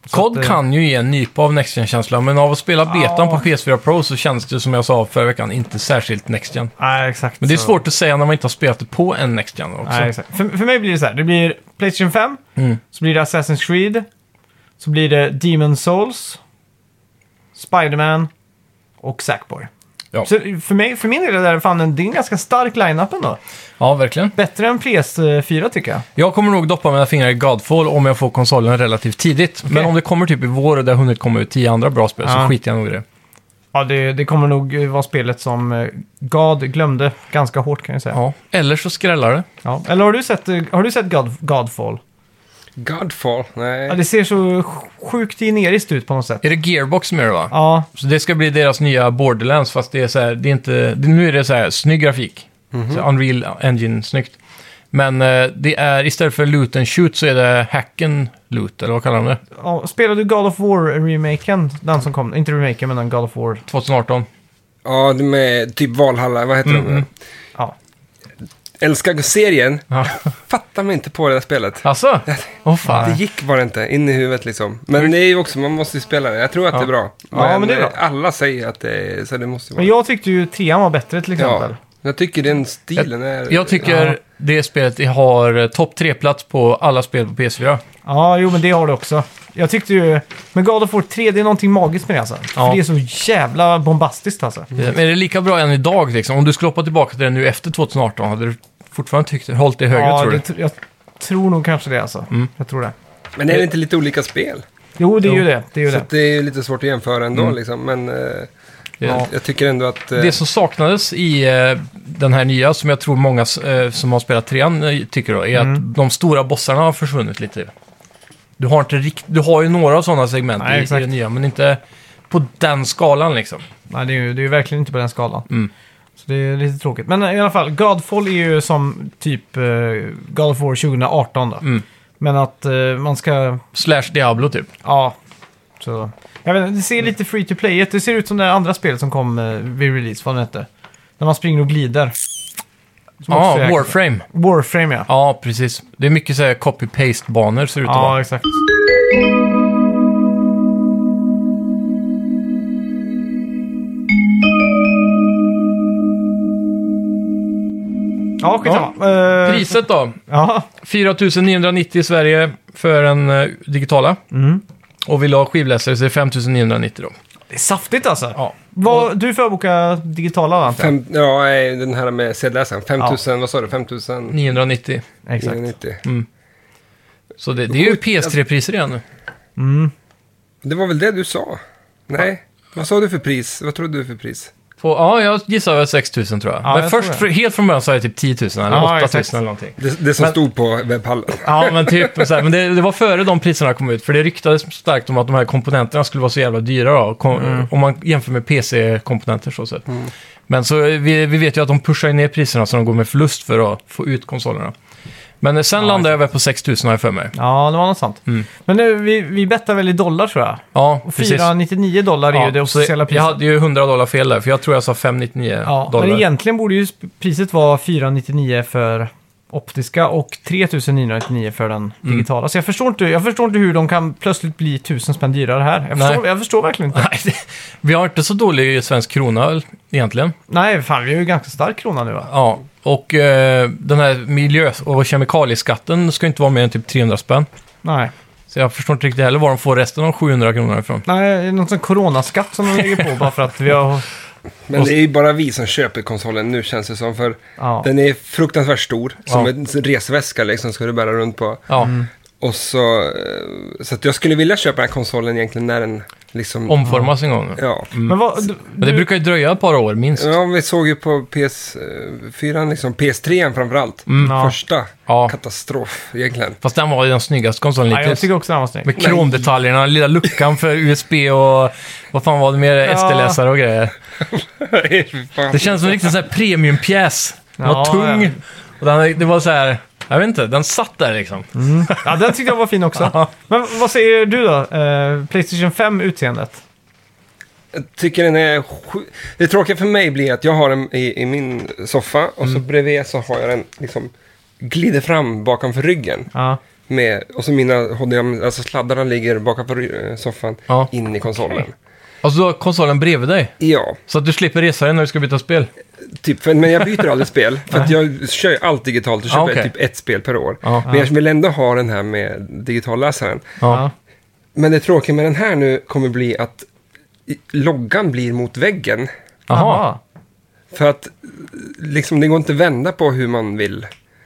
COD kan ju ge en nypa av Next Gen-känsla, men av att spela betan på PS4 Pro så känns det, som jag sa förra veckan, inte särskilt Next Gen. Nej, exakt. Men det är så. svårt att säga när man inte har spelat det på en Next Gen också. Nej, exakt. För mig blir det så här. Det blir PlayStation 5, så blir det Assassin's Creed, så blir det Demon's Souls, Spider-Man och Sackboy. Ja. Så för min del är det fan det är en ganska stark line-up ändå. Ja, verkligen. Bättre än PS4 tycker jag. Jag kommer nog doppa mina fingrar i Godfall om jag får konsolen relativt tidigt. Men om det kommer typ i vår och det har hunnit komma ut 10 andra bra spel så skiter jag nog i det. Ja, det kommer nog vara spelet som God glömde ganska hårt kan jag säga. Ja, eller så skrällar det. Ja. Eller har du sett Godfall? Godfall? Nej. Ja, det ser så sjukt generiskt ut på något sätt. Är det Gearbox som är det, va? Ja, Så det ska bli deras nya Borderlands, fast det är så här, det är inte, nu är det så här snygg grafik. Så Unreal Engine, snyggt. Men det är, istället för loot and shoot så är det hack and loot, eller vad kallar de det? ja, spelade du God of War-remaken? Den som kom, inte remaken men den God of War. 2018. Ja, det med typ Valhalla, vad heter de? Ja. Älskar serien. Ja. Fattar mig inte på det där spelet. Alltså? Åh fan. Det gick bara inte in i huvudet liksom. Men det är ju också, man måste ju spela det. Jag tror att det är bra. Ja, men det är bra. Alla säger att det är, så det måste vara. Men jag tyckte ju 3 var bättre till exempel. Ja, jag tycker den stilen är... Jag tycker det spelet har topp 3-plats på alla spel på PS4. Ja, jo men det har det också. Jag tyckte ju... Men God of War 3, det är någonting magiskt med det alltså. För det är så jävla bombastiskt alltså. Men är det lika bra än idag liksom? Om du skulle hoppa tillbaka till det nu efter 2018, hade du fortfarande hållit det högre, tror du? Jag tror nog kanske det alltså. Jag tror det. Men är det inte lite olika spel? Jo, det är ju det. Det är ju Så det. att det är ju lite svårt att jämföra ändå liksom. Men jag tycker ändå att... Det som saknades i den här nya, som jag tror många som har spelat 3 tycker då, är att de stora bossarna har försvunnit lite. Du har ju några sådana segment i det nya, men inte på den skalan liksom. Nej, det är ju verkligen inte på den skalan. Så det är lite tråkigt. Men i alla fall, Godfall är ju som typ God of War 2018 då. Men att man ska... / Diablo typ. Ja, så... Jag vet inte, det ser lite free to play ut. Det ser ut som det andra spelet som kom vid release, vad det hette. När man springer och glider. Ja, Warframe. Warframe, ja. Ja, precis. Det är mycket så här copy-paste-banor ser ut att vara. Ja, exakt. Ja, skitsamma. Priset då? Ja. 4 990 i Sverige för en digitala. Och vill du ha skivläsare så är det 5 990 då. Det är saftigt alltså. Ja. Du förboka digitala antar jag? den här med CD-läsaren. 5000, vad sa du? 5000? 990. Exakt. 990. Så det är ju PS3-priser igen nu. Det var väl det du sa? Nej. Vad sa du för pris? Vad trodde du för pris? Ja, jag gissar väl 6 000 tror jag. Ja, Men jag först, tror det. helt från början sa jag typ 10 000 eller 8 000 exakt. eller någonting. Det som stod på webbhallen. Ja, men typ så här, men det var före de priserna kom ut. För det ryktades starkt om att de här komponenterna skulle vara så jävla dyra då. Om man jämför med PC-komponenter så sett. Men så vi vet ju att de pushar ner priserna så de går med förlust för att få ut konsolerna. Men sen landade jag väl på 6 000 har jag för mig. Ja, det var något sant. Men nu, vi bettar väl i dollar tror jag. Ja, Och precis. $499 är ju det så officiella priset. jag hade ju $100 fel där, för jag tror jag sa 599 Ja, dollar. men egentligen borde ju priset vara $499 för optiska och 3999 för den digitala. Så jag förstår inte hur de kan plötsligt bli 1000 spänn dyrare här. Jag förstår verkligen inte. Nej, vi har inte så dålig svensk krona egentligen. Nej, fan vi har ju ganska stark krona nu va? Ja, och den här miljö- och kemikalieskatten ska inte vara mer än typ 300 spänn. Nej. Så jag förstår inte riktigt heller var de får resten av 700 kronor ifrån. Nej, det är någon sån coronaskatt som de lägger på bara för att vi har... Men det är ju bara vi som köper konsolen nu känns det som. För Ja. den är fruktansvärt stor. Som en resväska liksom ska du bära runt på. Ja, Och så att jag skulle vilja köpa den här konsolen egentligen när den liksom... omformas en gång. Ja. Men vad... Men det brukar ju dröja ett par år minst. Ja, vi såg ju på PS4, liksom PS3 framförallt. Ja. Första Ja. katastrof egentligen. Fast den var ju den snyggaste konsolen Nej, jag hittills. tycker också den var snygg. Med kromdetaljerna, lilla luckan för USB och vad fan var det mer? SD-läsare och grejer. Det känns som en riktigt så här premiumpjäs. Den var Ja, tung. ja. Och det var så här, jag vet inte, den satt där liksom. Ja, den tyckte jag var fin också. Ja. Men vad säger du då? PlayStation 5 utseendet? Jag tycker den är... Det tråkiga för mig blir att jag har den i min soffa och så bredvid så har jag den liksom glider fram bakom för ryggen. Ja. och så mina HDMI, alltså sladdarna ligger bakom på soffan Ja. in i konsolen. Alltså du har konsolen bredvid dig? Ja, Så att du slipper resa dig när du ska byta spel? typ, men jag byter aldrig spel. För att jag kör ju allt digitalt och köper okej. typ ett spel per år. Ja. Men jag vill ändå ha den här med digitalläsaren. Ja. Men det tråkiga med den här nu kommer bli att loggan blir mot väggen. Jaha. För att liksom, det går inte att vända på hur man vill.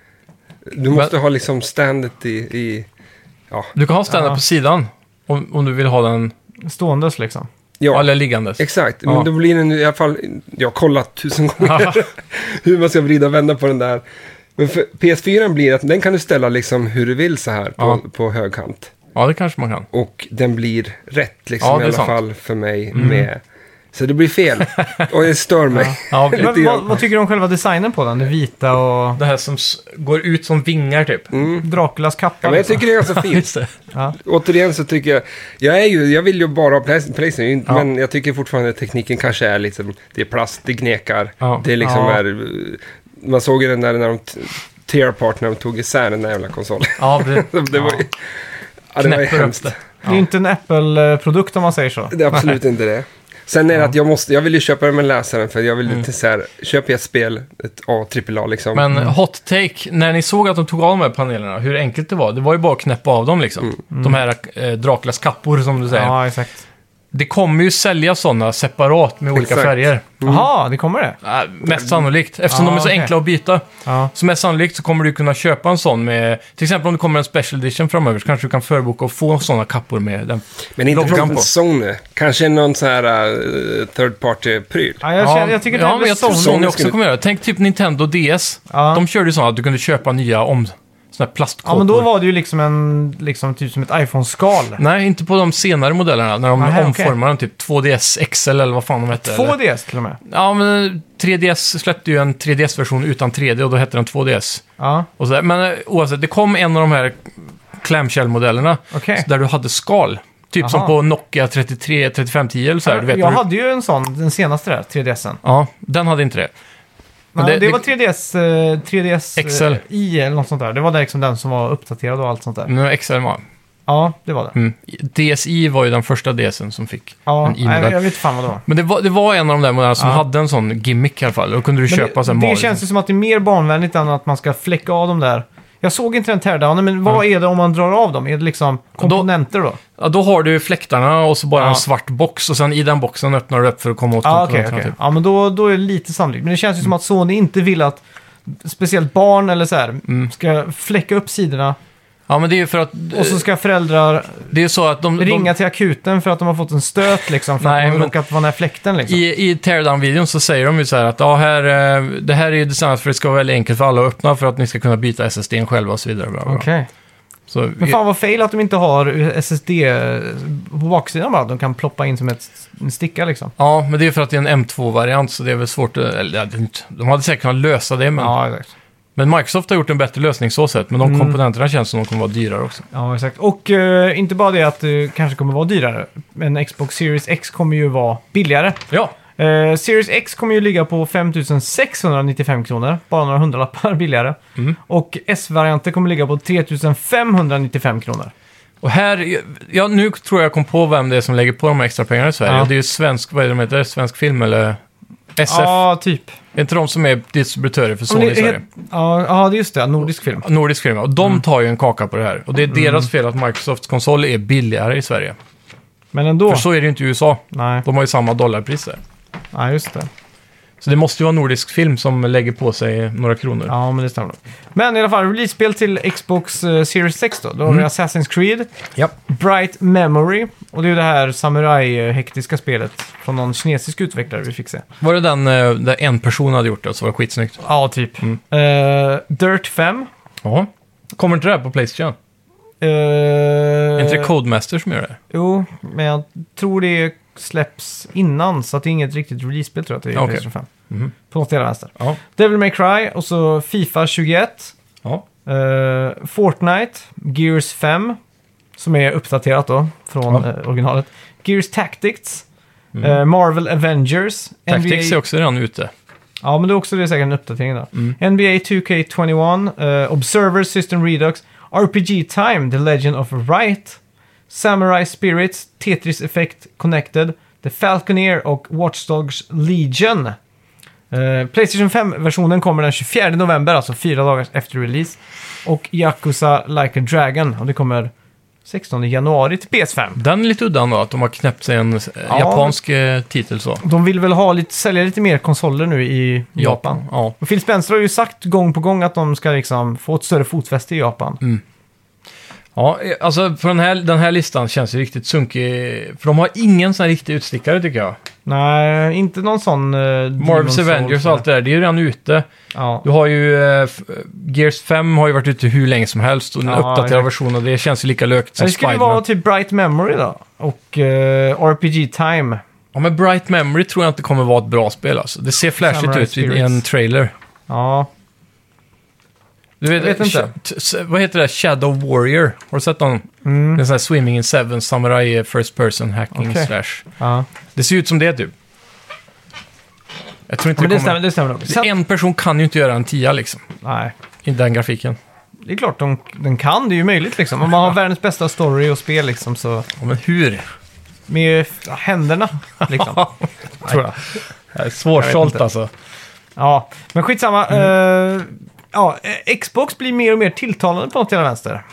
Du måste ha liksom standet i ja. Du kan ha stand Ja. på sidan om du vill ha den, Ståendes liksom. Ja, eller liggandes. exakt. Ja. Men då blir den i alla fall, jag har kollat 1000 gånger hur man ska vrida och vända på den där. Men för PS4 blir att den kan du ställa liksom hur du vill så här på högkant. Ja, det kanske man kan. Och den blir rätt liksom Ja, det i är alla sant. fall för mig med. Så det blir fel. Och det stör mig. Ja, okej. Lite Men grann. vad tycker du om själva designen på den? Det vita och Det här som går ut som vingar typ. Draculas kappa. Ja, men jag liksom. tycker det är ganska fint. Just det. Ja. Återigen så tycker jag vill ju bara ha PlayStation, Ja. men jag tycker fortfarande att tekniken kanske är liksom, det är plast, det gnekar, Ja. det liksom Ja. är, man såg ju den där när de tear apart när de tog isär den där jävla konsolen. Ja, det Det var ju, ja, det var ju knäpper upp hemskt. det. Det är ju inte en Apple-produkt om man säger så. Det är absolut inte det. Sen är det att jag vill ju köpa den med läsaren för jag vill inte så här, köper jag ett spel, ett AAA liksom. Men hot take, när ni såg att de tog av de här panelerna, hur enkelt det var ju bara att knäppa av dem liksom. De här Draculas kappor som du säger. Ja, exakt. Det kommer ju sälja sådana separat med olika Exakt. färger. Jaha, det kommer det? Mest sannolikt, eftersom de är så okej. enkla att byta. Ja. Så mest sannolikt så kommer du kunna köpa en sån med, till exempel om det kommer en special edition framöver så kanske du kan förboka och få sådana kappor med den. Men inte loggan från på. Sony. Kanske någon så här third party-pryl. Ja, jag tycker det ja, här men jag tror blir Sony Sony också skulle- kommer göra det. Tänk typ Nintendo DS. Ja. De körde ju så att du kunde köpa nya såna här plastkåpor. Ja, men då var det ju liksom typ som ett iPhone-skal. Nej, inte på de senare modellerna. När de Nej, omformar dem, typ 2DS XL eller vad fan de hette. eller- 2DS till och med. Ja, men 3DS släppte ju en 3DS-version utan 3D och då hette den 2DS. Ja, Och så där. Men oavsett, det kom en av de här clamshell-modellerna okej. där du hade skal. Typ som Aha. på Nokia 3510 eller så här. Du vet, jag du- hade ju en sån, den senaste där, 3DSen. Ja, den hade inte det. Men Men det, det- var 3DS XL. I eller något sånt där. Det var liksom den som var uppdaterad och allt sånt där. Nu XL var. Ja, det var det. Mm. DSi var ju den första DSen som fick Ja, en i-modell. nej, jag vet inte fan vad det var. Men det var en av de där modellerna som Ja. hade en sån gimmick i alla fall. Då kunde du Men köpa sen det känns ju som att det är mer barnvänligt än att man ska fläcka av dem där. Jag såg inte den teardownen, men vad är det om man drar av dem? Är det liksom komponenter då? Ja, då har du fläktarna och så bara Ja. en svart box och sen i den boxen öppnar du upp för att komma åt Ja, okej. komponenterna, typ. Ja, men då är det lite sannolikt. Men det känns ju som att Sony inte vill att speciellt barn eller så här ska fläcka upp sidorna Ja, men det är ju för att... och så ska föräldrar det är så att de ringa till akuten för att de har fått en stöt liksom, för Nej, att de har men- råkat vara den här fläkten liksom. I teardown-videon så säger de ju så här att ja, det här är ju designat för att det ska vara väldigt enkelt för alla att öppna för att ni ska kunna byta SSD:n själva och så vidare. Bla, bla. Okej. Så, Men fan vad fail att de inte har SSD på baksidan bara. De kan ploppa in som en sticka liksom. ja, men det är för att det är en M2-variant så det är väl svårt att... Eller, ja, det är inte- de hade säkert kunnat lösa det, Ja, exakt. men Microsoft har gjort en bättre lösning så sett. Men de komponenterna känns som de kommer vara dyrare också. Ja, exakt. Och inte bara det att det kanske kommer vara dyrare, men Xbox Series X kommer ju vara billigare. Ja, Series X kommer ju ligga på 5 695 kronor, bara några hundralappar billigare. Och S-varianten kommer ligga på 3 595 kronor. och här... Ja, nu tror jag kom på vem det är som lägger på de här extra pengarna i Sverige. Ja. Det är ju svensk... Vad är det de heter? Svensk film eller... SF? Ja, typ. Är inte de som är distributörer för Om Sony det i Sverige? Ja, det är just det. Nordisk film. Nordisk film, och de tar ju en kaka på det här. Och det är deras fel att Microsofts konsol är billigare i Sverige. Men ändå. För så är det ju inte i USA. Nej, De har ju samma dollarpris där. just det. Så det måste ju vara nordisk film som lägger på sig några kronor. Ja, men det stämmer nog. Men i alla fall, release-spel till Xbox Series X då. Då har vi Assassin's Creed, Ja. Bright Memory, och det är ju det här samurai-hektiska spelet från någon kinesisk utvecklare vi fick se. Var det den där en person hade gjort det så var det skitsnyggt? Ja, typ. Dirt 5. Ja. Kommer inte det här på PlayStation? Är inte det Codemaster som gör det? Jo, men jag tror det släpps innan, så att det är inget riktigt release-spel tror jag att det är Okej. PlayStation 5. På något ställe vänster. Ja. Devil May Cry och så FIFA 21. Ja. Fortnite, Gears 5, som är uppdaterat då från originalet. Gears Tactics, Marvel Avengers, Tactics är också redan ute. Ja, men det är också säkert en uppdatering då. NBA 2K21, Observer System Redux RPG Time, The Legend of Wright, Samurai Spirits, Tetris Effect Connected, The Falconeer och Watch Dogs Legion. PlayStation 5-versionen kommer den 24 november, alltså 4 dagar efter release. Och Yakuza Like a Dragon, och det kommer 16 januari till PS5. Den är lite udda då, att de har knäppt sig en japansk titel så. De vill väl sälja lite mer konsoler nu i Japan. Ja. Och Phil Spencer har ju sagt gång på gång att de ska liksom få ett större fotfäste i Japan. Ja, alltså på den här listan känns ju riktigt sunkig. För de har ingen sån här riktig utstickare tycker jag. Nej, inte någon sån... Marvel's Avengers och allt det där, det är ju redan ute. Ja. Du har ju... Gears 5 har ju varit ute hur länge som helst. Och en uppdaterad version och det känns ju lika lökt som det skulle Spider-Man. vara typ Bright Memory då. Och RPG Time. Ja, men Bright Memory tror jag inte kommer vara ett bra spel alltså. Det ser flashigt Samurai ut i en trailer. Ja. Du vet inte. Vad heter det? Shadow Warrior. Har du sett den? Det är en sån här Swimming in Seven Samurai First Person Hacking slash. Ja. Det ser ut som det typ. Jag tror inte Men det kommer... det stämmer nog. En person kan ju inte göra en 10 liksom. Nej. I den grafiken. Det är klart den kan, det är ju möjligt liksom. Om man har världens bästa story och spel liksom så... Ja, men hur? Med händerna liksom. Tror jag. Det är svårsålt alltså. Ja, men skitsamma. Xbox blir mer och mer tilltalande på något jävla vänster.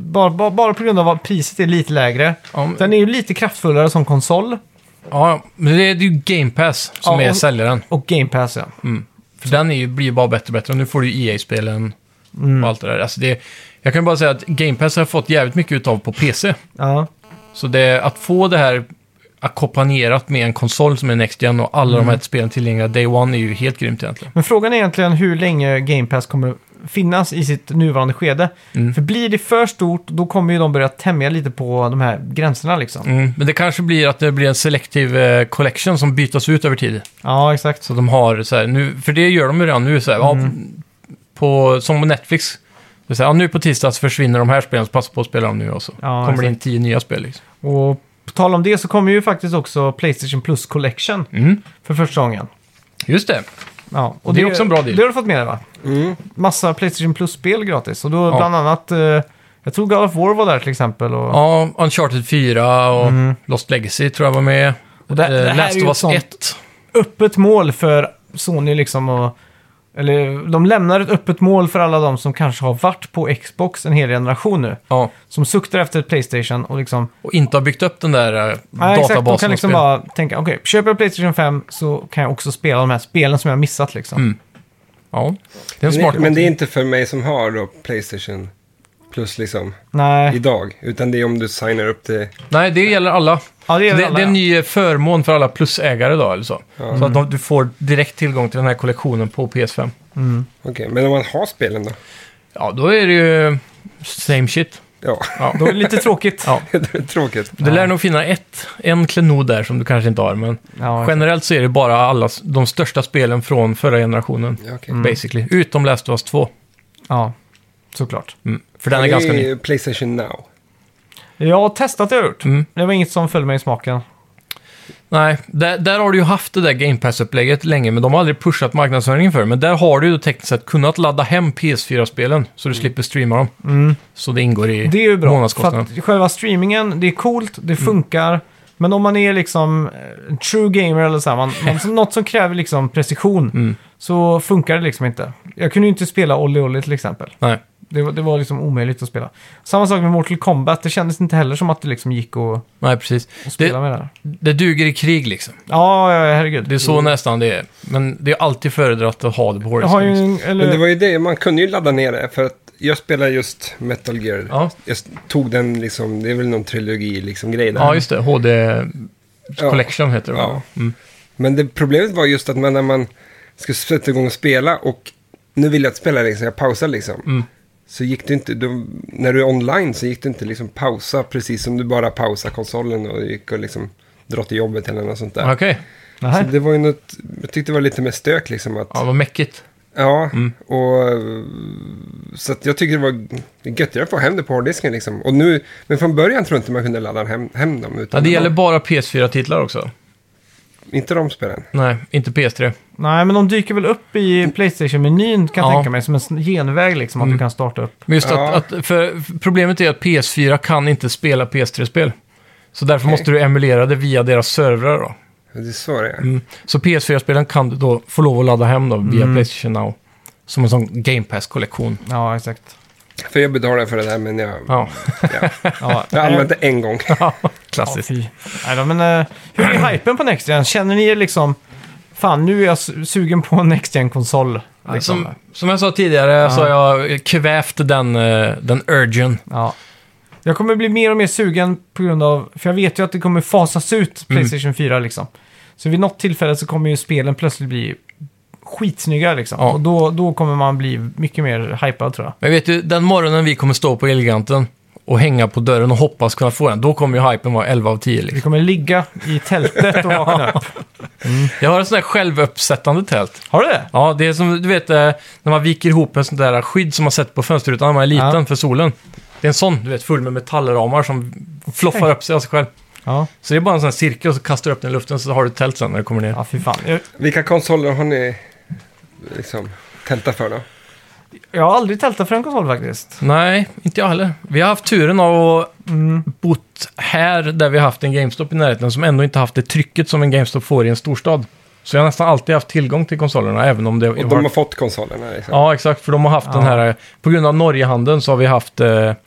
Bara på grund av att priset är lite lägre. Den är ju lite kraftfullare som konsol. Ja, men det är ju Game Pass som är säljaren. Och Game Pass, ja. För den blir ju bara bättre och bättre. Och nu får du ju EA-spelen och allt det där. Alltså jag kan bara säga att Game Pass har fått jävligt mycket utav på PC. Ja. Så att få det här ackompanjerat med en konsol som är Next Gen och alla de här spelen tillgängliga Day One är ju helt grymt egentligen. Men frågan är egentligen hur länge Game Pass kommer finnas i sitt nuvarande skede. För blir det för stort, då kommer ju de börja tämja lite på de här gränserna liksom. Men det kanske blir att det blir en selective collection som bytas ut över tid. Ja, exakt. Så de har så här, nu, för det gör de ju redan nu så här, som på Netflix. Det är så här, nu på tisdags försvinner de här spelen, så passa på att spela dem nu och så kommer det in 10 nya spel liksom. Och på tal om det så kommer ju faktiskt också PlayStation Plus Collection för första gången. Just det. Ja, och det är också en bra deal. Det har du fått med dig, va? Massa PlayStation Plus-spel gratis. Och då bland annat, jag tror God of War var där till exempel. Och... Ja, Uncharted 4 och Lost Legacy tror jag var med. Och det här Last är ju of Us ett 1. Öppet mål för Sony liksom. Eller de lämnar ett öppet mål för alla de som kanske har varit på Xbox en hel generation nu. Ja. Som suktar efter ett PlayStation och liksom... Och inte har byggt upp den där databasen. Exakt, de kan liksom bara tänka, okej, köper jag PlayStation 5 så kan jag också spela de här spelen som jag har missat liksom. Ja, det är en smart Men det är inte för mig som har då PlayStation Plus liksom Nej. idag. Utan det är om du signar upp det. Nej, det gäller alla. Ja, det gäller alla, det är en ny förmån för alla plusägare då, eller så. Så att du får direkt tillgång till den här kollektionen på PS5. Okej, men om man har spelen då? Ja, då är det ju same shit. Ja, Då är det lite tråkigt. Ja. det är tråkigt. Det lär nog finna en klenod där som du kanske inte har, men Ja, generellt så är det bara de största spelen från förra generationen, Ja, okej. basically. Utom Last of Us 2. Ja, såklart. För den är Det ganska ny. PlayStation Now. Jag har testat det jag har gjort. Det var inget som föll mig i smaken. Nej, där har du ju haft det där Game Pass-upplägget länge, men de har aldrig pushat marknadsföringen för. Men där har du ju tekniskt sett kunnat ladda hem PS4-spelen, så du slipper streama dem. Så det ingår i Det är ju bra, för månadskostnaden. att själva streamingen, det är coolt, det funkar. Men om man är liksom en true gamer eller så här, något som kräver liksom precision, så funkar det liksom inte. Jag kunde ju inte spela Olli Olli till exempel. Nej. Det var liksom omöjligt att spela. Samma sak med Mortal Kombat, det kändes inte heller som att det liksom gick Nej, precis. att spela med det här. Det duger i krig liksom. Ja, herregud. Det är så nästan det är. Men det är alltid föredraget att ha det på Jag har ju, hårddisk. Men det var ju det, man kunde ju ladda ner det. För att jag spelar just Metal Gear. Ja. Jag tog den liksom, det är väl någon trilogi liksom grej där. Ja, just det. HD Collection heter det. Ja. Men problemet var just att när man skulle sätta igång och spela och nu vill jag att spela liksom, jag pausar liksom. Så gick det inte, när du är online så gick det inte liksom pausa precis som du bara pausar konsolen och gick och liksom dra till jobbet eller något sånt där. Okej. Så det var ju något, jag tyckte det var lite mer stök liksom att... Ja, vad mäckigt. Ja, och så att jag tycker det var göttigare att få hem det på hårddisken liksom. Och nu, men från början tror jag inte man kunde ladda hem dem. Utan Ja, det gäller bara PS4-titlar också. Inte de spelen. Nej, inte PS3. Nej, men de dyker väl upp i PlayStation-menyn kan jag Ja. tänka mig. Som en genväg liksom, att du kan starta upp. Men just Ja. för problemet är att PS4 kan inte spela PS3-spel. Så därför Okej. måste du emulera det via deras servrar då. Det är så det är. Så PS4-spelen kan du då få lov att ladda hem då via PlayStation Now. Som en sån Game Pass-kollektion. Ja, exakt. För jag betalar för det där, men jag Ja, Ja, har använt det en gång. klassiskt. fy. Nej då, men hur är hypen på Next Gen? Känner ni er liksom... Fan, nu är jag sugen på en Next Gen-konsol. Liksom. Som jag sa tidigare så har jag kvävt den urgen. Ja. Jag kommer bli mer och mer sugen på grund av... För jag vet ju att det kommer fasas ut PlayStation 4 liksom. Så vid något tillfälle så kommer ju spelen plötsligt bli skitsnygga liksom. Ja. Och då kommer man bli mycket mer hypad tror jag. Men vet du, den morgonen vi kommer stå på Elgiganten och hänga på dörren och hoppas kunna få den, då kommer ju hypen vara 11 av 10. Vi Liksom. kommer ligga i tältet och vakna upp. Jag har en sån där självuppsättande tält. Har du det? Ja, det är som, du vet, när man viker ihop en sån där skydd som man sätter på fönsterrutan när man är liten Ja. för solen. Det är en sån, du vet, full med metallramar som floffar upp sig av sig själv. Ja. Så det är bara en sån här cirkel och så kastar du upp den i luften så har du ett tält sen när det kommer ner. Ja, fy fan. Vilka konsoler har ni liksom tältat för då? Jag har aldrig tältat för en konsol faktiskt. Nej, inte jag heller. Vi har haft turen av att bott här där vi har haft en GameStop i närheten som ändå inte haft det trycket som en GameStop får i en storstad. Så jag har nästan alltid haft tillgång till konsolerna, även om det Och de har fått konsolerna liksom. Ja, exakt, för de har haft den här... På grund av Norgehandeln så har vi haft...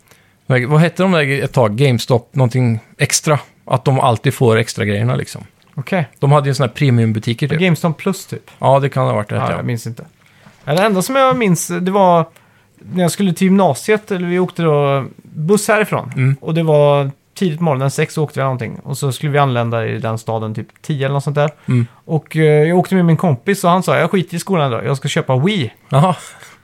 vad hette de där ett tag? GameStop, någonting extra. Att de alltid får extra grejerna liksom. Okej. De hade ju såna här premiumbutiker typ. GameStop Plus typ. Ja, det kan ha varit det. Ja, Ja, jag minns inte. Ja, det enda som jag minns, det var när jag skulle till gymnasiet, eller vi åkte då buss härifrån. Och det var tidigt på morgonen, 6 åkte vi någonting. Och så skulle vi anlända i den staden typ 10 eller något sånt där. Och jag åkte med min kompis och han sa, jag skiter i skolan idag, jag ska köpa Wii. Jaha.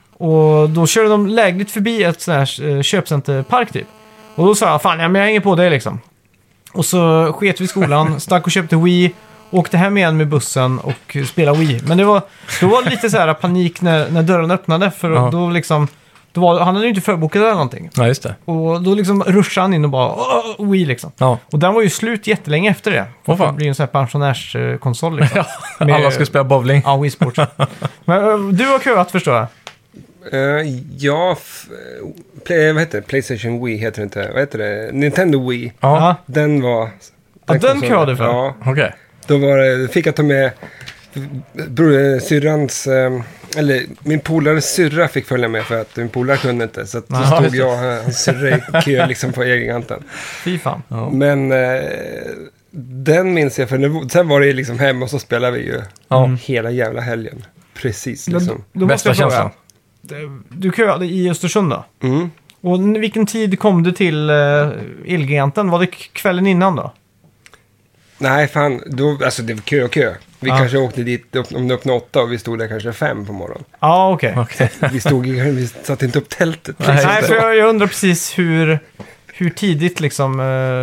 Och då körde de lägligt förbi ett sån här köpcenterpark typ. Och då sa jag, fan, ja, men jag hänger på dig liksom. Och så sket vi i skolan, stack och köpte Wii, åkte hem igen med bussen och spelade Wii. Men då var det lite så här panik när dörren öppnade, för Ja. då liksom, han hade ju inte förbokat eller någonting. Ja, just det. Och då liksom ruschade han in och bara, Wii liksom. Ja. Och den var ju slut jättelänge efter det. För Åh, fan. det blir ju en sån här pensionärskonsol liksom. Med- Alla ska spela bowling. Ja, Wii Sports. Men du har köat förstår jag. Ja, vad heter det? PlayStation Wii heter det inte. Vad heter det? Nintendo Wii. Ja, Den var... Ja, den konsolen. kör du för? Ja, okej. då fick jag ta med syrrans... Eller min polares syrra fick följa med för att min polare kunde inte. Så att då Jaha, stod just det. jag och hans syrra i kö liksom på Elgiganten. Fy fan. Ja. Men den minns jag, för sen var det liksom hem och så spelade vi ju hela jävla helgen. Precis liksom. Då Bästa måste jag fråga. känslan. Du köade i Östersund då? Mm. Och vilken tid kom du till Elgiganten? Var det kvällen innan då? Nej, fan. Alltså det var kö och kö. Vi kanske åkte dit om det öppnade 8 och vi stod där kanske 5 på morgonen. Ja, okej. Okej. Vi satte inte upp tältet. Nej, Nej, just för jag undrar precis hur tidigt liksom...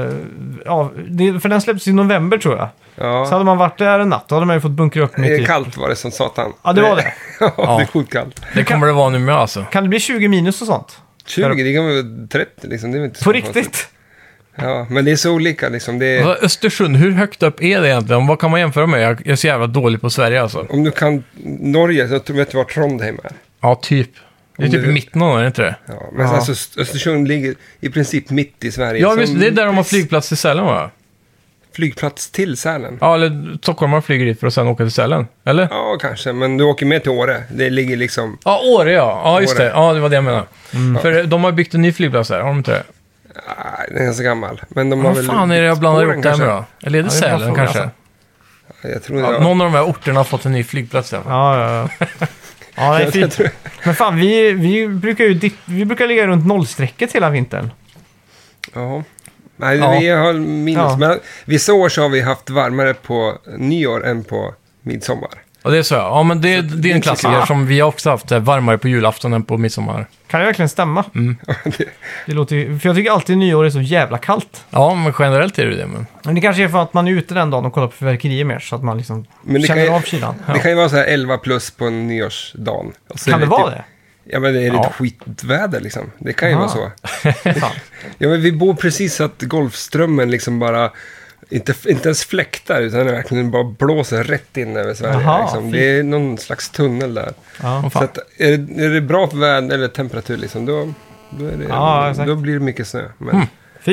för den släpptes i november tror jag. Så Ja, hade man varit där en natt, då hade man ju fått bunkra upp med typ... kallt var det som satan. Ja, det var det. Ja, det är sjukt kallt. Det kommer det vara nu med alltså. Kan det bli 20 minus och sånt? 20, det kan vara 30 liksom. Det är väl inte så På konstigt. riktigt? Ja, men det är så olika liksom. Det är, Vad- Östersund, hur högt upp är det egentligen? Vad kan man jämföra med? Jag är så jävla dålig på Sverige alltså. om du kan Norge så vet du var Trondheim är. Ja, typ. Det är Om typ du- i mitten av det, är det inte det? Ja, men alltså Östersund ligger i princip mitt i Sverige. Ja, Som visst, det är där de har flygplats till Sälen, va? flygplats till Sälen. Ja, eller stockholmare flyger dit för att sen åka till Sälen. Eller? Ja, kanske. Men du åker med till Åre. Det ligger liksom... Ja, Åre ja. Ja, just Åre. det. Ja, det var det jag menade. För de har byggt en ny flygplats där, har de inte det? Nej, den är ganska gammal. Men de har Vad väl... fan är det jag blandar Åren ihop det här med kanske? då? Eller är det Ja, det är en bra Sälen fråga, kanske? alltså. Jag tror Ja, det. någon av de här orterna har fått en ny flygplats där. Ja. Ja, det är Jag fint. tror... Men fan, vi brukar ligga runt nollstrecket hela vintern. Ja. Nej, Ja. vi har minus. Ja. Men vissa år så har vi haft varmare på nyår än på midsommar. Och det är så ja. Ja, men det är en inte klassiker så- som vi har också haft varmare på julafton än på midsommar. Kan det verkligen stämma? Det låter ju, för jag tycker alltid nyår är så jävla kallt. Ja, men generellt är det det. Men... Men det kanske är för att man är ute den dagen och kollar på fyrverkerier mer, så att man liksom Men det känner kan ju- av kylan. Det kan ju vara så här 11 plus på nyårsdagen. Och så Kan är det vara typ- det? Ja, men det är lite Ja. skitväder liksom. Det kan ju Aha. vara så. Fan. Ja, men vi bor precis så att Golfströmmen liksom bara inte ens fläktar, utan det verkligen bara blåser rätt in över Sverige. Aha, Liksom. Det är någon slags tunnel där. Ja. Så att, är det bra för väder eller temperatur, liksom, då, är det, Ja, exakt. då blir det mycket snö. Men, Fy.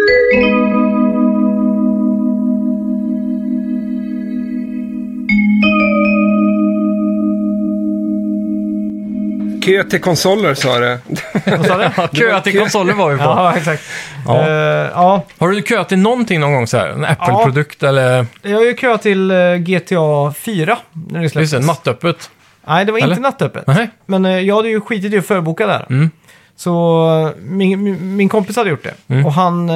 Kö till konsoler, sa det. Vad sa du? Köa till konsoler var vi på. Ja, exakt. Ja. Ja, Har du köat till någonting någon gång så här? En Apple-produkt eller? jag har ju köat till GTA 4 när det Just släpptes. det, nattöppet. Nej, det var inte Eller? nattöppet. Nej. Men jag hade ju skitit i att förboka där. Mm. Så min kompis hade gjort det. Och han...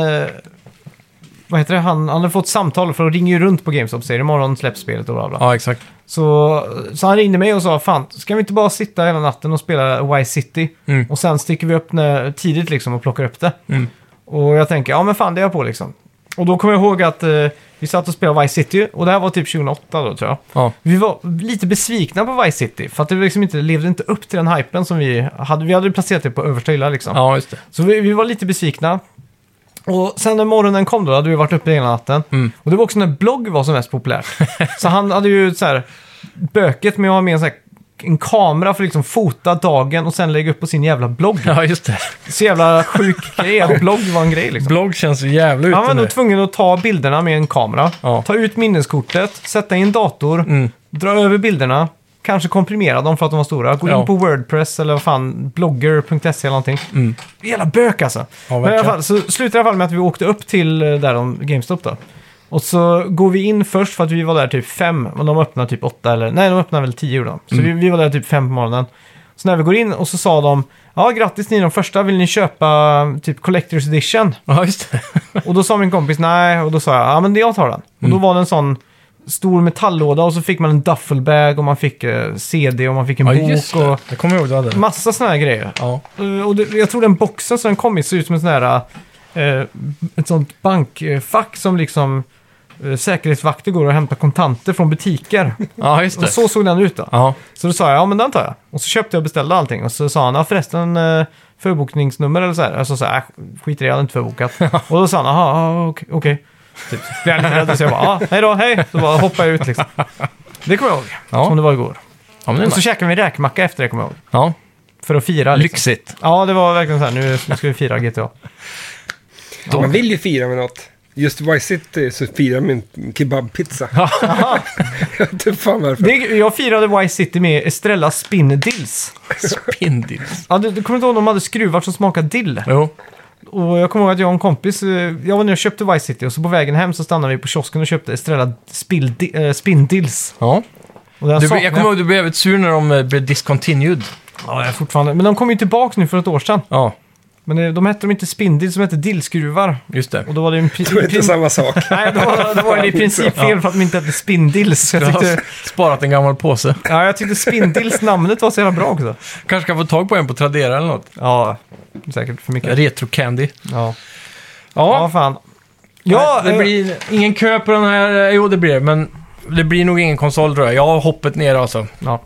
vad heter det? Han hade fått samtal, för att ringa ju runt på GameStop och säger imorgon släpps spelet och bla bla. Ja, exakt. Så han ringde mig och sa, fan, ska vi inte bara sitta hela natten och spela Vice City? Och sen sticker vi upp tidigt liksom och plockar upp det. Och jag tänker, ja men fan, det är jag på liksom. Och då kommer jag ihåg att vi satt och spelade Vice City, och det här var typ 2008 då, tror jag. Ja. Vi var lite besvikna på Vice City, för att det liksom inte levde inte upp till den hypen som vi hade. Vi hade ju placerat det på översta hylla liksom. Ja, just det. Så vi var lite besvikna. Och sen när morgonen kom då hade vi varit uppe hela natten. Och det var också när blogg var som mest populärt. Så han hade ju så här böket med att ha med en kamera för att liksom fota dagen och sen lägga upp på sin jävla blogg. Ja, just det. Så jävla sjuk grej att blogg var en grej liksom. Blogg känns ju jävla ute Han var nu. nog tvungen att ta bilderna med en kamera, Ja. ta ut minneskortet, sätta i en dator, dra över bilderna, kanske komprimera dem för att de var stora, gå Ja. in på WordPress eller vad fan, blogger.se eller någonting. Jävla bök alltså. Ja, Men i alla verkligen. fall, så slutade det i alla fall med att vi åkte upp till där de GameStop då. Och så går vi in först för att vi var där typ 5, och de öppnade typ 8 eller... Nej, de öppnade väl 10 då. Så vi var där typ 5 på morgonen. Så när vi går in och så sa de, ja grattis ni är de första, vill ni köpa typ Collector's Edition? Ja, just det. Och då sa min kompis nej, och då sa jag, ja men jag tar den. Och då var det en sån stor metalllåda, och så fick man en duffelbag, och man fick CD, och man fick en Ja, just bok det. och Det kommer jag ihåg du hade. massa såna här grejer. Ja. Och jag tror den boxen som den kom i ser ut som en sån här ett sånt bankfack som liksom säkerhetsvakter går och hämtar kontanter från butiker. Ja, just Och det. så såg den ut då. Ja. Så då sa jag, ja men den tar jag. Och så köpte jag och beställde allting. Och så sa han, ja förresten förbokningsnummer eller så här. Alltså så här, skit i det, jag hade inte förbokat. Och då sa han, aha, okej. Typ. Blev jag lite rädd, så jag bara, ja, hej då, hej. Så bara hoppade jag ut liksom. Det kommer jag ihåg, Ja. som det var igår. Ja, men det är Och så nice. käkade vi räkmacka efter det, kommer jag ihåg. Ja. För att fira liksom. Lyxigt. Ja, det var verkligen så här, nu ska vi fira GTA. Man vill ju fira med något. Just Vice City så firar min kebabpizza. Jag vet inte fan varför. Jag firade Vice City med Estrella Spindills. Spindils. Ja, du kommer inte ihåg om de hade skruvar som smakade dill? Jo. Och jag kommer ihåg att jag och en kompis, jag var när jag köpte Vice City, och så på vägen hem så stannade vi på kiosken och köpte Estrella Spindills. Ja. Och den saknar Jag kommer ihåg att du blev väldigt sur när de blev discontinued. Ja, jag är fortfarande. Men de kom ju tillbaka nu för ett år sedan. Ja, Men de hette de inte Spindills, de hette dillskruvar. just det. Och då var det en Det är inte samma sak. Nej, då var det i princip fel för att de inte hette Spindills. Så Du jag har tyckte, sparat en gammal påse. jag tyckte Spindills namnet var så jävla bra också. Kanske kan få tag på en på Tradera eller något. Ja, säkert för mycket. Retro Candy. Ja, ja fan. Ja, det blir ingen kö på den här. Jo, det blir det, men det blir nog ingen konsol tror jag. Jag har hoppet ner alltså. Ja.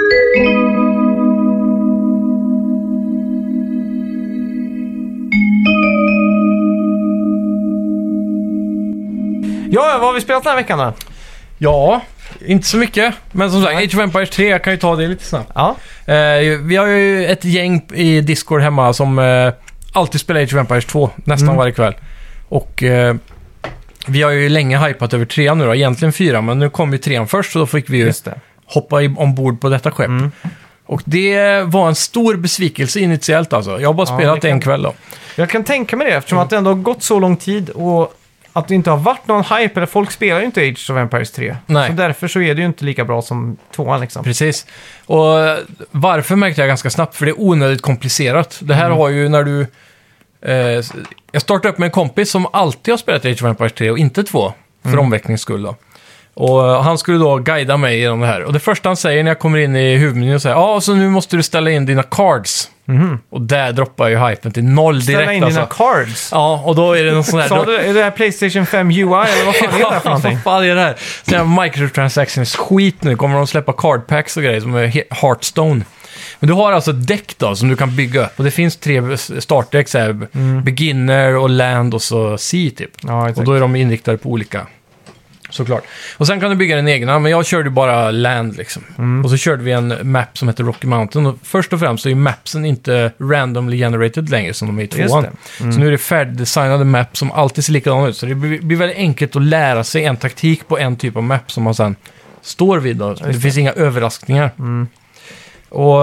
Ja, vad har vi spelat den här veckan då? Ja, inte så mycket. Men som sagt, Age of Empires 3, jag kan ju ta det lite snabbt. Ja. Vi har ju ett gäng i Discord hemma som alltid spelar Age of Empires 2 nästan varje kväll. Och vi har ju länge hypat över 3 nu då, egentligen 4, men nu kom ju 3 först, så då fick vi ju Just det. hoppa ombord på detta skepp. Och det var en stor besvikelse initiellt alltså. Jag har bara spelat det kan- en kväll då. Jag kan tänka mig det, eftersom att det ändå har gått så lång tid och att det inte har varit någon hype, eller folk spelar ju inte Age of Empires 3. Nej. Så därför så är det ju inte lika bra som 2 liksom. Precis. Och varför märkte jag ganska snabbt? För det är onödigt komplicerat. Det här har ju när du... jag startade upp med en kompis som alltid har spelat Age of Empires 3 och inte 2. För omväxlings skull då. Och han skulle då guida mig genom det här. Och det första han säger när jag kommer in i huvudmenyn och säger ja, så nu måste du ställa in dina cards. Och där droppar ju hypen till 0 direkt. Ställa in dina alltså. cards. Ja, och då är det någon sån här... Sa du, är det här PlayStation 5 UI eller vad fan är det här för någonting? Vad fan är det här? Sån här microtransactions skit nu. Kommer de släppa cardpacks och grejer som är Hearthstone. Men du har alltså däck då som du kan bygga upp. Och det finns 3 startdäck, så här, beginner och land och så sea typ. Ja, exakt. Och då är de inriktade på olika. Såklart. Och sen kan du bygga din egna, men jag körde bara land liksom. Och så körde vi en map som heter Rocky Mountain. Och först och främst så är mapsen inte randomly generated längre som de är i 2:an. Så nu är det färdigdesignade map som alltid ser likadana ut. Så det blir väldigt enkelt att lära sig en taktik på en typ av map som man sen står vid. Då. Det finns inga överraskningar. Och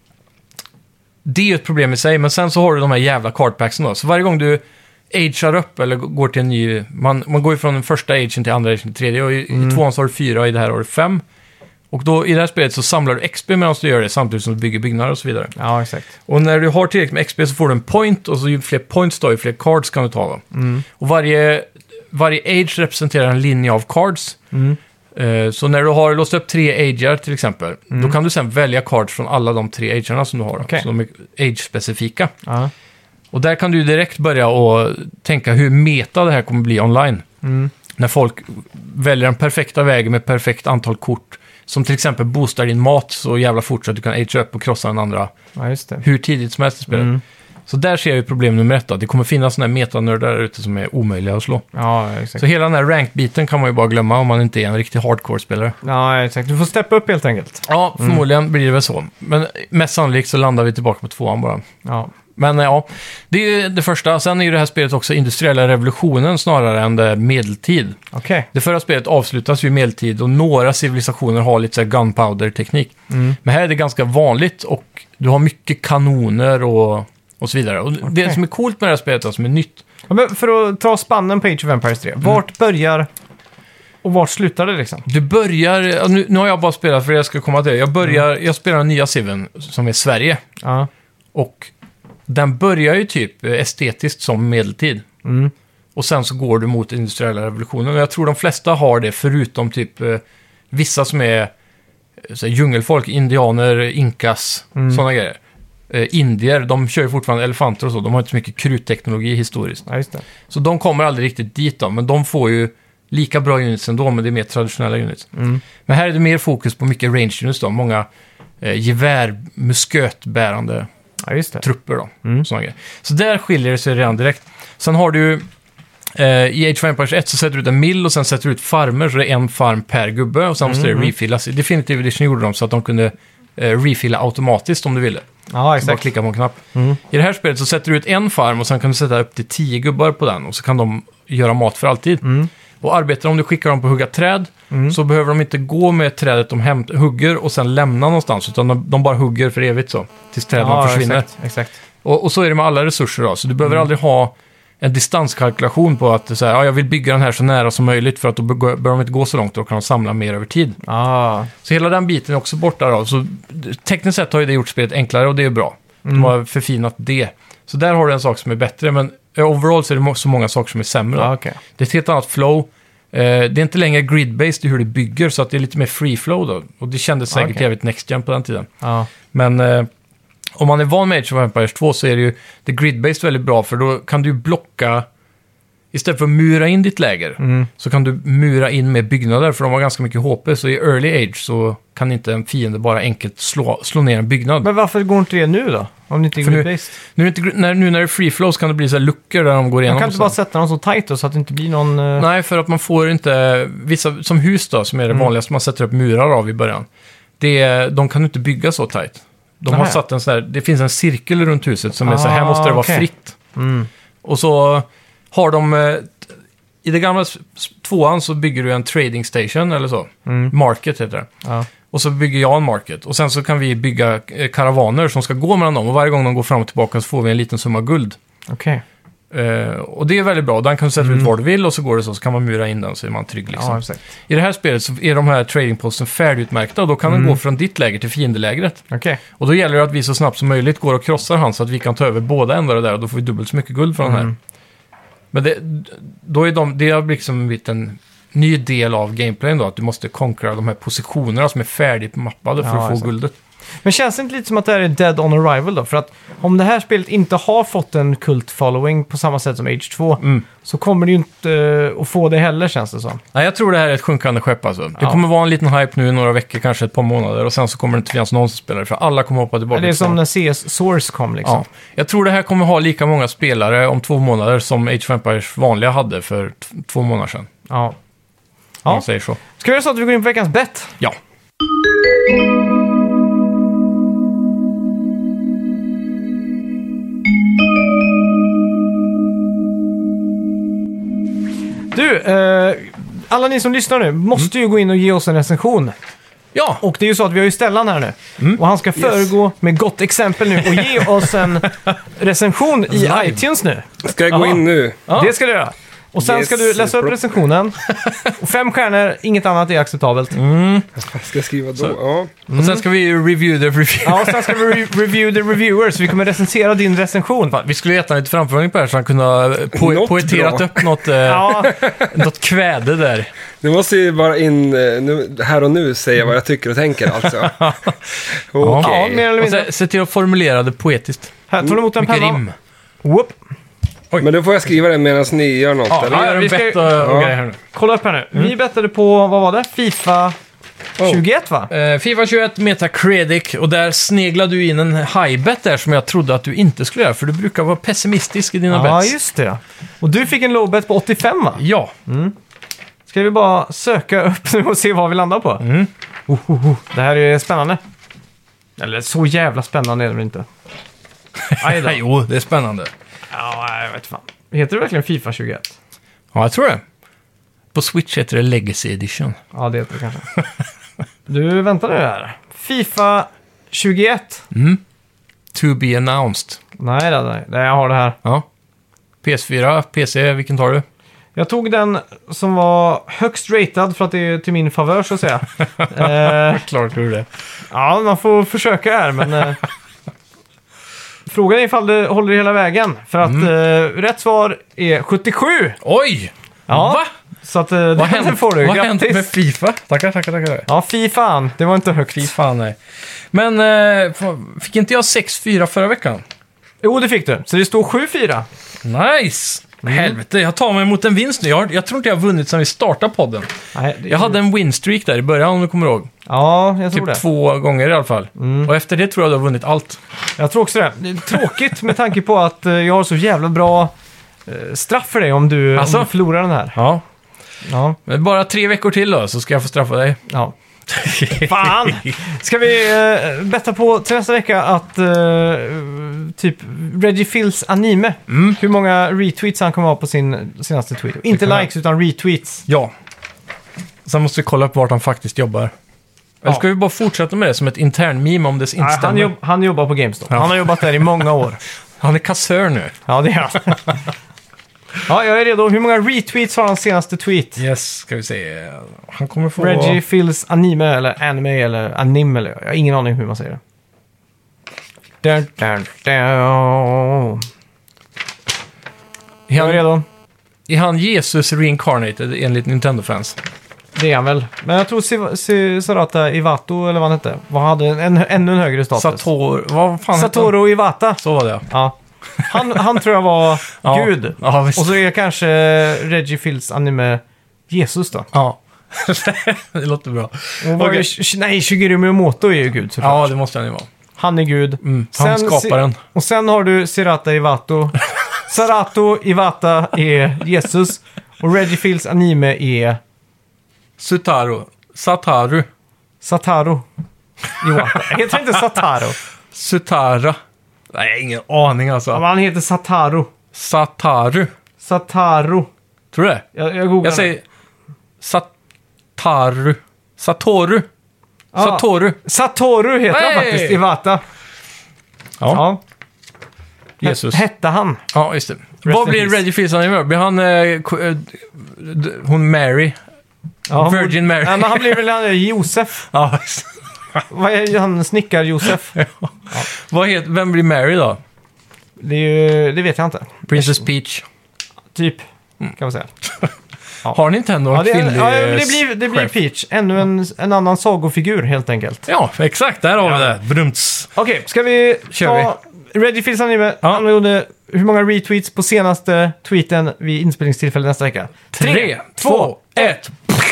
det är ju ett problem i sig, men sen så har du de här jävla cardpacksen då. Så varje gång du agear upp eller går till en ny... Man går ju från den första agen till andra agen till tredje. Och i 2:an så har du 4, i det här har du 5. Och då i det här spelet så samlar du XP medan du gör det samtidigt som du bygger byggnader och så vidare. Ja, exakt. Och när du har tillräckligt med XP så får du en point och så ju fler points då, ju fler cards kan du ta då. Och varje age representerar en linje av cards. Så när du har låst upp 3 ager till exempel, då kan du sen välja cards från alla de 3 agerna som du har. Okay. Så de är age-specifika. Ja. Och där kan du direkt börja och tänka hur meta det här kommer bli online. När folk väljer den perfekta vägen med perfekt antal kort. Som till exempel boostar din mat så jävla fort så att du kan agea upp och krossa den andra Just det. hur tidigt som helst i spelet. Så där ser jag ju problem nummer 1 då. Det kommer finnas sådana här metanördar där ute som är omöjliga att slå. Ja, exakt. Så hela den här rank-biten kan man ju bara glömma om man inte är en riktig hardcore-spelare. Ja, exakt. Du får steppa upp helt enkelt. Ja, förmodligen blir det väl så. Men mest sannolikt så landar vi tillbaka på 2:an bara. Ja. Men ja, det är ju det första. Sen är ju det här spelet också industriella revolutionen snarare än det medeltid. Okej. Det förra spelet avslutas ju i medeltid och några civilisationer har lite så här gunpowder-teknik. Men här är det ganska vanligt och du har mycket kanoner och så vidare. Och det som är coolt med det här spelet, som är nytt. Ja, men för att ta spannen på Age of Empires 3. Vart börjar och vart slutar det liksom? Du börjar, ja, nu har jag bara spelat för jag ska komma till det. Jag spelar den nya Civen som är Sverige. Ja. Och den börjar ju typ estetiskt som medeltid. Och sen så går du mot industriella revolutionen. Och jag tror de flesta har det förutom typ vissa som är så här, djungelfolk, indianer, inkas, sådana grejer. Indier, de kör ju fortfarande elefanter och så. De har inte så mycket krutteknologi historiskt. Ja, just det. Så de kommer aldrig riktigt dit då. Men de får ju lika bra units ändå, men det är mer traditionella units. Men här är det mer fokus på mycket range units då. Många gevär, muskötbärande Ja, just det. trupper då. Såna grejer. Så där skiljer det sig redan direkt. Sen har du i Age of Empires 1 så sätter du ut en mill och sen sätter du ut farmer, så det är en farm per gubbe och sen måste det refillas. I Definitive Edition gjorde de så att de kunde refilla automatiskt om du ville. Ja, Så bara exakt. klicka på en knapp. I det här spelet så sätter du ut en farm och sen kan du sätta upp till 10 gubbar på den och så kan de göra mat för alltid. Och arbetar om du skickar dem på att hugga träd så behöver de inte gå med trädet de hugger och sen lämna någonstans, utan de bara hugger för evigt så, tills träden försvinner. Exakt. Och så är det med alla resurser då, så du behöver aldrig ha en distanskalkylation på att så här, jag vill bygga den här så nära som möjligt för att då bör de inte gå så långt och då kan de samla mer över tid. Så hela den biten är också borta då. Så tekniskt sett har ju det gjort spelet enklare och det är bra. De har förfinat det. Så där har du en sak som är bättre, men overall så är det så många saker som är sämre. Ja, okay. Det är ett helt annat flow. Det är inte längre grid-based i hur du bygger, så att det är lite mer free flow då. Och det kändes säkert jävligt next gen på den tiden. Ja. Men om man är van med Age of Empires 2 så är det ju det grid-based väldigt bra, för då kan du blocka, istället för att mura in ditt läger, så kan du mura in med byggnader, för de har ganska mycket HP. Så i early age så kan inte en fiende bara enkelt slå ner en byggnad. Men varför går inte det nu då? Om det inte är För grid-based? Nu när det är free flow så kan det bli så här luckor där de går igenom. Man kan inte bara sätta dem så tight då, så att det inte blir någon... Nej, för att man får inte... Vissa, som hus då, som är det vanligaste man sätter upp murar av i början. De kan inte bygga så tight. De har satt en sån här... Det finns en cirkel runt huset som är så här måste det vara fritt. Och så har de... I det gamla 2:an så bygger du en trading station eller så. Market heter det. Ja. Och så bygger jag en market. Och sen så kan vi bygga karavaner som ska gå mellan dem. Och varje gång de går fram och tillbaka så får vi en liten summa guld. Okej. Och det är väldigt bra. Den kan du sätta ut var du vill och så går det så kan man mura in den så är man trygg liksom. Ja, exakt. I det här spelet så är de här tradingposten färdigutmärkta och då kan den gå från ditt läger till fiendelägret. Okej. Och då gäller det att vi så snabbt som möjligt går och krossar han så att vi kan ta över båda ändar där och då får vi dubbelt så mycket guld från den här. Men det har liksom blivit en ny del av gameplayen då, att du måste conquera de här positionerna som är färdigt mappade för att få guldet. Men känns det inte lite som att det här är dead on arrival då? För att om det här spelet inte har fått en kult following på samma sätt som Age 2 så kommer det ju inte att få det heller, känns det som. Nej, jag tror det här är ett sjunkande skepp alltså. Det Ja. kommer vara en liten hype nu i några veckor, kanske ett par månader. Och sen så kommer det inte finnas någon som spelar det, för alla kommer hoppa tillbaka. Det är som när CS Source kom liksom. Ja. Jag tror det här kommer ha lika många spelare om 2 månader som Age of Empires vanliga hade för 2 månader sedan. Ja. Om Ja. man säger så. Ska vi göra så att vi går in på veckans bett? Ja. Du, alla ni som lyssnar nu måste ju gå in och ge oss en recension. Ja, Och det är ju så att vi har ju Stellan här nu. Och han ska föregå med gott exempel nu och ge oss en recension i iTunes nu. Ska jag gå Aha. in nu? Ja. Det ska du göra. Och sen ska du läsa upp recensionen. Och 5 stjärnor, inget annat är acceptabelt. Vad ska jag skriva då? Ja. och sen ska vi ju review the review. Ja, och sen ska vi review the reviewers. Vi kommer recensera din recension. Vi skulle geta lite framförhållning på det här så han kunde ha Något poeterat bra. upp något, Ja, något kväde där. Nu måste ju bara in nu, här och nu säga vad jag tycker och tänker alltså. Okej. ja, mer eller Och mindre. se till att formulera det poetiskt. Här, tar du emot en Mycket penna? rim. Whoop. Men då får jag skriva det medan ni gör något, Ja, eller? vi gör en vi ska- bett och grejer här nu. Kolla upp här nu. Vi bettade på, vad var det? FIFA 21 va? FIFA 21 Metacritic, och där sneglade du in en high bet där som jag trodde att du inte skulle göra, för du brukar vara pessimistisk i dina Ja, bets. just det. Och du fick en low bet på 85 va? Ja, Ska vi bara söka upp nu och se vad vi landar på? Det här är spännande. Eller så jävla spännande är det väl inte? Aj då. jo, det är spännande. Ja, jag vet fan. Heter det verkligen FIFA 21? Ja, jag tror det. På Switch heter det Legacy Edition. Ja, det heter det kanske. Du, vänta nu här. FIFA 21? To be announced. Nej, jag har det här. Ja. PS4, PC, vilken tar du? Jag tog den som var högst ratad för att det är till min favör så att säga. Klart du det. Ja, man får försöka här, men... Frågan är ifall det håller hela vägen. För att rätt svar är 77. Oj! Ja, Va? så att Vad den hänt, får du. vad hänt Grattis. med FIFA? Tackar. Ja, fy fan. Det var inte högt. Fy fan, nej. Men fick inte jag 6-4 förra veckan? Jo, det fick du. Så det står 7-4. Nice! Helvete, jag tar mig emot en vinst nu. Jag tror inte jag har vunnit sedan vi startade podden. Nej, Jag hade en winstreak där i början, om du kommer ihåg. Ja, jag tror Typ det. 2 gånger i alla fall. Och efter det tror jag du har vunnit allt. Jag tror också det. Det är tråkigt med tanke på att jag har så jävla bra straff för dig om du Alltså? förlorar den här. Ja. Ja. Men bara 3 veckor till då, så ska jag få straffa dig. Ja. Fan! Ska vi betta på till nästa vecka att typ Reggie Fils anime, hur många retweets han kommer ha på sin senaste tweet? Inte kan likes utan retweets. Ja. Sen måste vi kolla upp vart han faktiskt jobbar. Eller ska vi bara fortsätta med det som ett intern meme om det inte Nej, stämmer? han jobbar på GameStop. Ja. Han har jobbat där i många år. Han är kassör nu. Ja, det är han. Ja, jag är redo. Hur många retweets har hans senaste tweet? Yes, ska vi se. Han kommer få... Reggie Fils anime eller anime eller anim eller jag har ingen aning hur man säger det. Dun, dun, dun. Jag är redo. Är han Jesus reincarnated enligt Nintendo-fans? Det är han väl. Men jag tror Sarata Iwato eller vad han hette. Hade ännu en högre status. Vad fan hette Satoru Iwata. han? Så var det, Ja. Han tror jag var ja. Gud. Ja, visst. Och så är kanske Reggie Fils anime Jesus då. Ja. Det låter bra. Och var Okej. nej, Shigeru Miyamoto är ju Gud såklart. Ja, det måste han ju vara. Han är Gud. Han skapar den. Och sen har du Sarata Iwato. Sarato Iwata är Jesus. Och Reggie Fils anime är Sataru. Sataru Iwata. Heter inte Sataru? Sutara. Nej, ingen aning alltså. Ja, men han heter Sataru. Sataru. Sataru. Tror du det? Jag googlar. Jag säger Sataru. Satoru. Ja. Satoru. Satoru heter han Hey! faktiskt, Iwata. Ja, Ja. Jesus. Hette han? Ja, just det. in Vad blir peace. Reggie Fils anime? Blir han hon Mary? Ja, Virgin Mary. Ja, men han blir väl han är Josef. Ja, Vad är han? Snickar Josef? vem blir Mary då? Det vet jag inte. Princess Peach. Typ, kan man säga. Har Nintendo en kvinnlig det blir chef? Peach. Ännu en annan sagofigur helt enkelt. Ja, exakt. Där har vi det. Brumts. Okej, ska vi ta Ready Feels Anime angående hur många retweets på senaste tweeten vid inspelningstillfället nästa vecka? 3, 2, 1.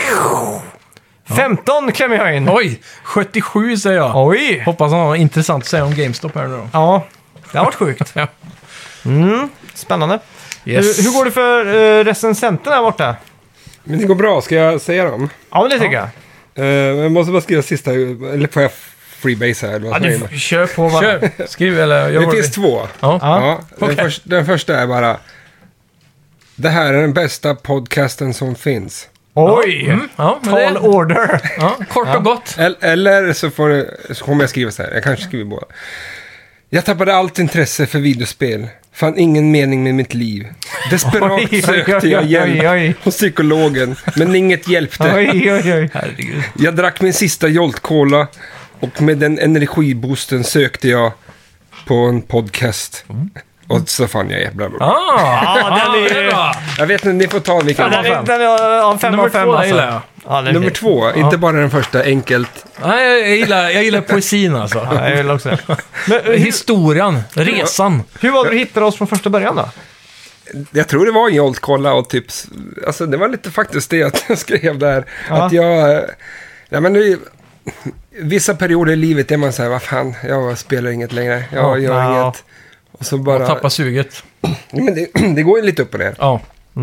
15 klämmer jag in. Oj, 77 säger jag. Oj! Hoppas han har något intressant att säga om GameStop här nu då. Ja, det har varit sjukt. Ja. Spännande. Yes. Hur går det för recensenten där borta? Men det går bra, ska jag säga dem? Ja, men det tycker jag. Jag måste bara skriva sista, eller får jag freebase här? Eller vad Ja, säger man? du kör på va? Kör, skriv eller gör Det vad du finns vill. 2. Ja. Ja, okej. den första är bara: det här är den bästa podcasten som finns. Oj! Ja, men Tall det, order. ja, kort och gott. Eller så kommer jag skriva så här. Jag kanske skriver båda. Jag tappade allt intresse för videospel. Fann ingen mening med mitt liv. Desperat Oj, sökte jag hjälp oj. hos psykologen, men inget hjälpte. Oj. Herregud. Jag drack min sista Jolt Cola och med den energiboosten sökte jag på en podcast. Och så fann jag bla bla bla. Ja, den det är är... bra. Jag vet inte, ni får ta vilken. Den är 5 Nummer av 5 2 gillar jag. Ja, den är Nummer fin. 2, inte bara den första, enkelt. Nej, jag gillar poesin alltså. Ja, jag vill också det. Men, Historien, resan. hur var det du hittade oss från första början då? Jag tror det var en Jolt Cola och tips. Alltså det var lite faktiskt det att jag skrev där. Ja. Att jag... Ja, men det, vissa perioder i livet är man så här, vad fan, jag spelar inget längre. Jag gör Ja. inget. Och så bara... Tappa suget. Ja, men det går ju lite upp och ner. Ja.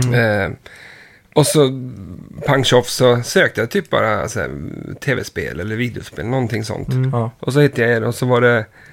Och så pang tjoff så sökte jag typ bara så här, tv-spel eller videospel, någonting sånt. Ja. Och så hittade jag er och så var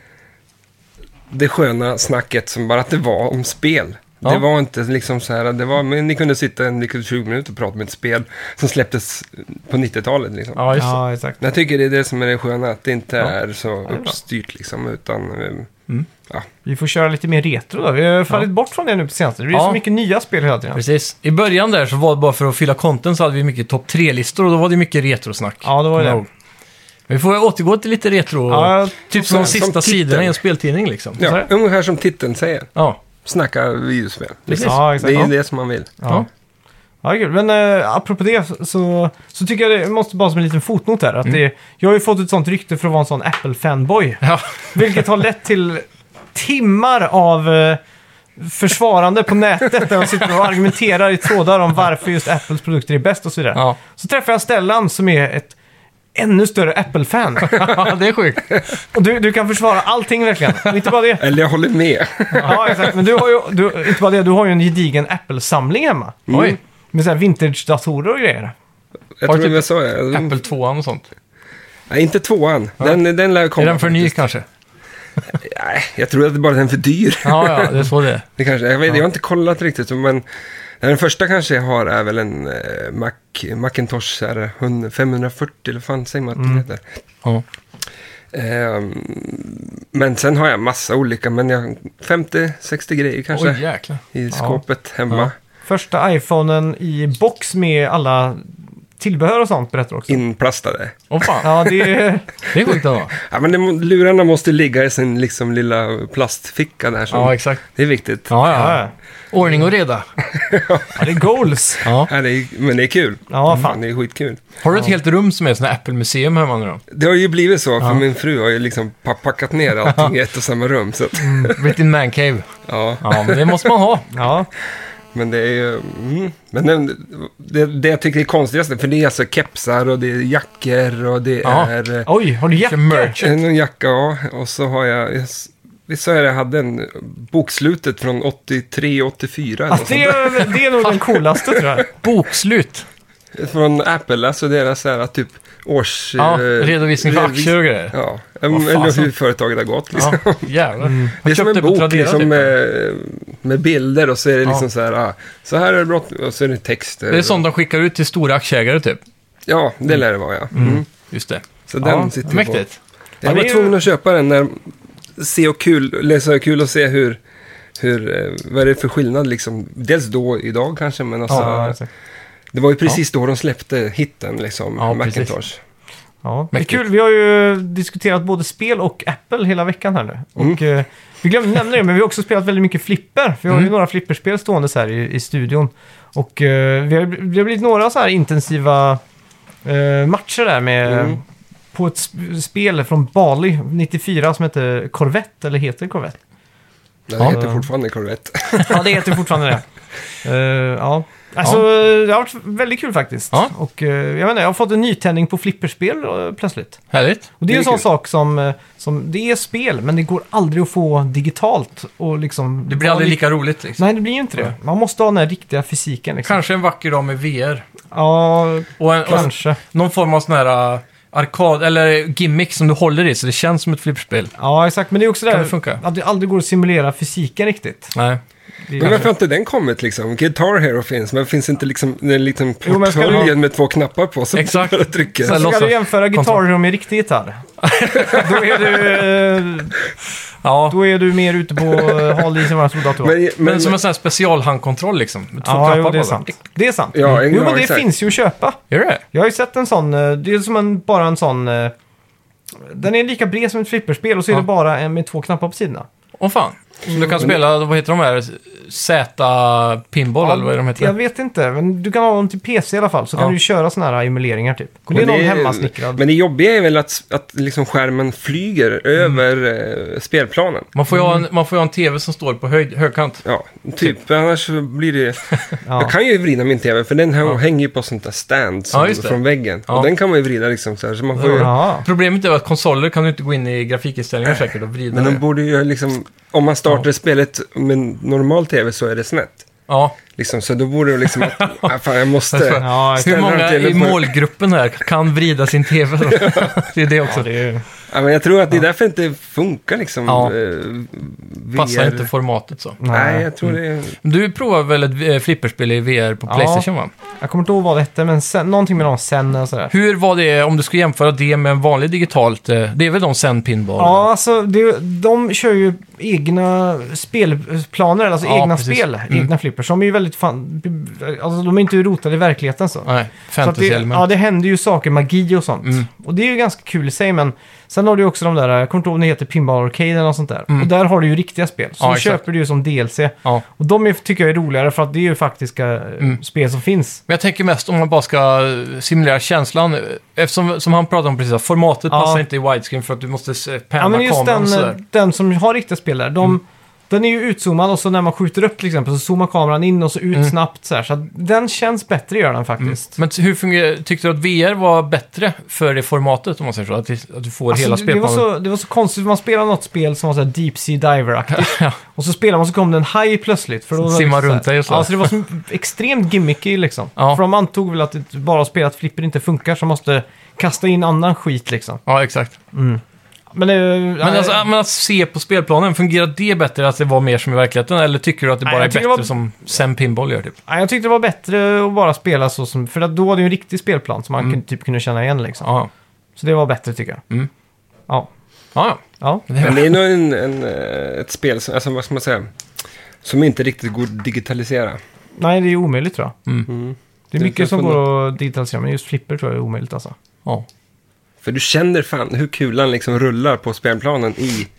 det sköna snacket som bara att det var om spel. Ja. Det var inte liksom så här, det var, men ni kunde sitta 20 minuter och prata med ett spel som släpptes på 90-talet liksom. Ja, just det. Ja, exakt. Jag tycker det är det som är det sköna, att det inte är så är bra. uppstyrt liksom, utan Vi får köra lite mer retro då. Vi har fallit bort från det nu på senaste. Det är Ja. så mycket nya spel hela tiden. Precis. I början där så var det bara för att fylla content så hade vi mycket topp 3-listor och då var det mycket retrosnack. Ja, det var det. Men vi får återgå till lite retro. Ja, typ som de som sista titel. sidorna i en speltidning liksom. Så är ja, det. ungefär som titeln säger. Ja. Snacka videospel. Precis. Ja, exakt. Det är Ja. ju det som man vill. Ja. Ja, kul. Men apropå det så tycker jag det måste bara som en liten fotnot där. Att jag har ju fått ett sånt rykte för att vara en sån Apple-fanboy. Ja. Vilket har lett till timmar av försvarande på nätet. Där de sitter och argumenterar i trådar om varför just Apples produkter är bäst och så vidare. Ja. Så träffar jag Stellan som är ett ännu större Apple-fan. Ja, det är sjukt. Och du kan försvara allting verkligen. Och inte bara det. Eller jag håller med. Ja, exakt. Men du har ju, inte bara det, du har ju en gedigen Apple-samling hemma. Oj. Med så här vintage-datorer och grejer. Jag Har tror du det så är. Apple 2 och sånt. Nej, inte 2:an. Den lär komma. Är den för ny faktiskt. kanske? Nej, jag tror att det bara är den för dyr. Ja, det är så det är. Det kanske, jag har inte kollat riktigt, men den första kanske jag har är väl en Macintosh så här, 540 eller fan säger man att det heter. Ja. Men sen har jag massa olika, men jag 50-60 grejer kanske Oj, jäklar. i skåpet hemma. Första iPhonen i box med alla tillbehör och sånt berättar också. Inplastade. Åh fan, Ja, det är... det är sjukt ändå. Ja, men lurarna måste ligga i sin liksom lilla plastficka där. Ja, exakt. Det är viktigt. Ja, Ja, ja. Ordning och reda. ja, det är goals. Ja. Ja, men det är kul. Ja, fan. Det är skitkul. Har du ett helt rum som är sån här Apple-museum hemma nu då? Det har ju blivit så, för min fru har ju liksom packat ner allting i ett och samma rum. Så att, Blivit din mancave. ja. Ja, men det måste man ha. Ja, Men det är ju... Men det jag tycker är konstigast, för det är alltså kepsar och det är jackor och det Ja. är... oj, har du jacka? Merch. En jacka, ja. Och så har jag... Visst sa jag hade en bokslutet från 83-84 eller Alltså, det är nog den coolaste tror jag. Bokslut. från Apple, alltså deras så här, typ års... Ja, redovisning för aktier och grejer. Ja, Vad fan, eller så- hur företaget har gått liksom. Ja, jävlar. Det är som en på bok Tradera, liksom, typ. med bilder och så är det liksom Ja. så här, så här är det brott och så är det texter. Det är sånt de skickar ut till stora aktieägare typ. Ja, det lär det vara, ja. Just det. Så Ja, den sitter jag på. Mäktigt. Jag Ja, var det är tvungen ju- att köpa den när läsa kul och se hur vad är det för skillnad liksom. Dels då idag kanske, men alltså, Ja, exakt. det var ju precis då de släppte hitten liksom, Ja, Macintosh. precis. Ja, det är Mäktigt. kul. Vi har ju diskuterat både spel och Apple hela veckan här nu. Och vi glömde nämna det, men vi har också spelat väldigt mycket flipper. Vi har ju några flipperspel stående så här i studion. Och det har blivit några så här intensiva matcher där med på ett spel från Bali 94 som heter Corvette, eller heter Corvette? Det heter fortfarande Corvette. Ja, det heter fortfarande det. Ja. Alltså, det har varit väldigt kul faktiskt. Ja. Och jag menar, jag har fått en nytändning på flipperspel plötsligt. Härligt. Och det är Det är en sån kul. sak som det är spel, men det går aldrig att få digitalt. Och liksom, Det blir aldrig lika roligt liksom. Nej, det blir ju inte det. Man måste ha den här riktiga fysiken. Liksom. Kanske en vacker dag med VR. Ja, Och kanske. någon form av sån här arkad eller gimmick som du håller i så det känns som ett flipperspel. Ja, exakt. Men det är också Kan det det funka? att det aldrig går att simulera fysiken riktigt. Nej. Det är Men varför har inte den kommit liksom? Guitar Hero finns, men finns inte liksom en liten Jo, men ska du portfölj ha- med 2 knappar på som Exakt. bara trycker. Så här, Ska låtsas- du jämföra Guitar kontroll. Hero med riktig gitarr? Ja. Då är du mer ute på hal is än vad jag trodde att du var. Men som en sån här specialhandkontroll liksom. Med 2 Ja, knappar jo, det är på. sant. Det är sant. Ja, Jo, men det exakt. finns ju att köpa. Gör det? Jag har ju sett en sån, det är som bara en sån, den är lika bred som ett flipperspel och så är Ja. det bara en med 2 knappar på sidorna. Åh fan. Så du kan spela, vad heter de här? Z-pinball eller vad är de heter? Jag vet inte, men du kan ha dem till PC i alla fall, så kan Ja. du ju köra såna här emuleringar typ. Och det är Men någon hemmasnickrad. Men det jobbiga är väl att liksom skärmen flyger över spelplanen. Man får ju ha en tv som står på högkant. Ja, typ. Annars så blir det... Ja. Jag kan ju vrida min tv, för den hänger ju på sånt där stand som, Ja, just det. från väggen. Ja. Och den kan man ju vrida liksom så här. Så man får ju... Ja. Problemet är att konsoler kan du inte gå in i grafikinställningar säkert och vrida Men de det. borde ju liksom... Om man startar spelet med normal tv så är det snett. Ja. Liksom, så då borde det liksom att... fan, jag måste... Ja, Hur ställa många TVn i på- målgruppen här kan vrida sin tv då? Det är det också. det är, Ja, men jag tror att det är därför det inte funkar liksom. Ja. VR. Passar inte formatet så. Nej, jag tror det är... Du provar väl ett flipperspel i VR på Ja. PlayStation va? jag kommer inte ihåg vad det hette, men någonting med någon sen och sådär. Hur var det om du skulle jämföra det med en vanlig digitalt? Det är väl de Zen Pinball? Ja, alltså de kör ju egna spelplaner, alltså Ja, egna precis. spel, egna flippers. Som är ju väldigt alltså de är inte rotade i verkligheten så. Nej, Så att fantasy-element. ja, det händer ju saker, magi och sånt. Och det är ju ganska kul i sig, men sen har du ju också de där, jag kommer inte ihåg om det heter Pinball Arcade eller något sånt där. Och där har du ju riktiga spel. Så Ja, du exakt. köper du ju som DLC. Ja. Och de tycker jag är roligare för att det är ju faktiska spel som finns. Men jag tänker mest om man bara ska simulera känslan. Eftersom, som han pratade om precis, att formatet Ja. passar inte i widescreen för att du måste panna Ja, men just kameran och sådär. den som har riktiga spel där, den är ju utzoomad och så när man skjuter upp till exempel så zoomar kameran in och så ut snabbt så här. Så att den känns bättre gör den faktiskt. Men hur tyckte du att VR var bättre för det formatet om man säger så? Att du får hela Alltså, det spelplanen? var så konstigt, man spelade något spel som var så här Deep Sea Diver-aktigt. Och så spelade man så kom det en haj plötsligt. För då var det Simma så här- runt dig och så. Ja, så det var så extremt gimmicky liksom. Ja. För de antog väl att det bara spelat flipper inte funkar så måste kasta in annan skit liksom. Ja, exakt. Men, Men att se på spelplanen, fungerar det bättre att det var mer som i verkligheten? Eller tycker du att det Nej, bara är jag tycker bättre det var- som Zen Pinball gör typ? ja, jag tyckte det var bättre att bara spela så som... För att då var det ju en riktig spelplan som man typ kunde känna igen liksom. Ja, Så det var bättre tycker jag. Mm. Ja. ja. Ja. Men det är nog ett spel som, alltså vad ska man säga, som inte riktigt går att digitalisera. Nej, det är omöjligt tror jag. Det är Det mycket som får går att digitalisera, men just flipper tror jag är omöjligt alltså. Ja. För du känner fan hur kulan liksom rullar på spelplanen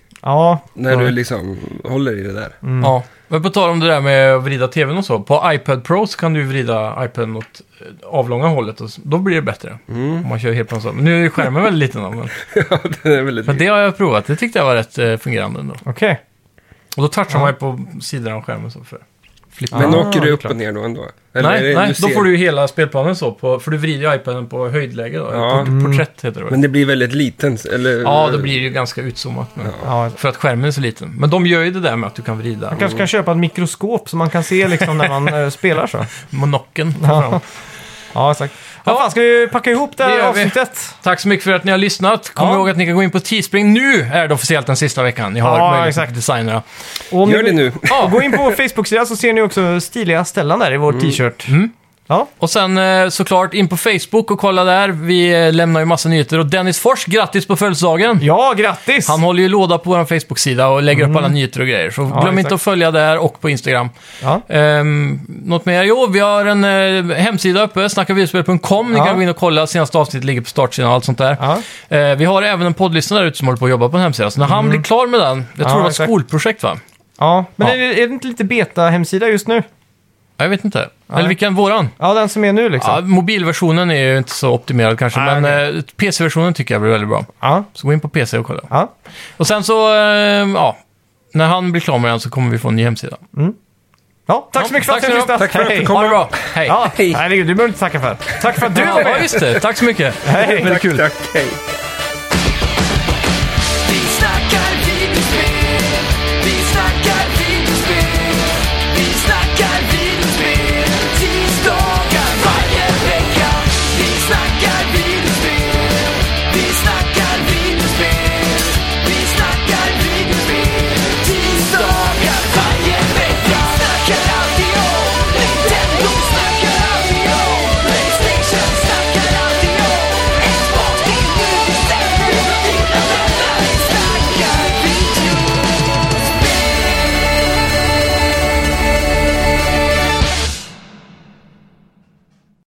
Ja, när du liksom håller i det där. Ja, men på tal om det där med att vrida tvn och så. På iPad Pro så kan du vrida iPaden åt avlånga hållet och då blir det bättre. Om man kör helt på en sån. Men nu är ju skärmen väldigt liten då, men Ja, det är väldigt... det har jag provat. Det tyckte jag var rätt fungerande ändå. okej. Och då touchar man ju på sidan av skärmen så för flippa. Men Ah, åker det du är upp klart. och ner då ändå? Eller är Nej, det, nej, då ser- får du ju hela spelplanen så, för du vrider ju iPaden på höjdläge då. Ja. Porträtt heter det väl. Men det blir väldigt liten, eller? Ja, då blir det ju ganska utzoomat. Men, Ja, för att skärmen är så liten. Men de gör ju det där med att du kan vrida man kanske kan köpa ett mikroskop så man kan se liksom när man spelar så. monocken. Ja. Ja, exakt. Ja, fan, ska vi packa ihop det Det här gör vi. avsnittet? Tack så mycket för att ni har lyssnat. Kom Ja. ihåg att ni kan gå in på Teespring. Nu är det officiellt den sista veckan. Ni har Ja, möjlighet exakt. att designa. Och om Gör ni- det nu. Ja, gå in på vår Facebook-sida så ser ni också stiliga ställen där i vår t-shirt. Ja. Och sen såklart in på Facebook och kolla där. Vi lämnar ju massa nyheter. Och Dennis Fors, grattis på födelsedagen! Ja, grattis! Han håller ju låda på vår Facebook-sida och lägger upp alla nyheter och grejer. Så glöm inte exakt. att följa där och på Instagram. Ja. Något mer? Jo, vi har en hemsida uppe, snackavideospel.com. Ni kan gå in och kolla. Senaste avsnittet ligger på startsidan och allt sånt där. Ja. Vi har även en poddlyssna där ute som håller på att jobba på en hemsida. Så när han blir klar med den, jag tror det var ett exakt. skolprojekt va? Ja, men Ja. är det inte lite beta-hemsida just nu? Jag vet inte. Eller vilken våran? Ja, den som är nu liksom. Ja, mobilversionen är ju inte så optimerad kanske, Nej, men PC-versionen tycker jag blir väldigt bra. Ja. Så gå in på PC och kolla. Ja. Och sen så, när han blir klar med den så kommer vi få en ny hemsida. Ja, tack så mycket för att tack du så mycket. lyssnade. Tack för att du Hej. kom. Ha det bra. Hej. Ja, herregud, du behöver inte tacka för. Tack för att du var Ja, med. just det. Tack så mycket. Hej. Väldigt kul. Tack, hej.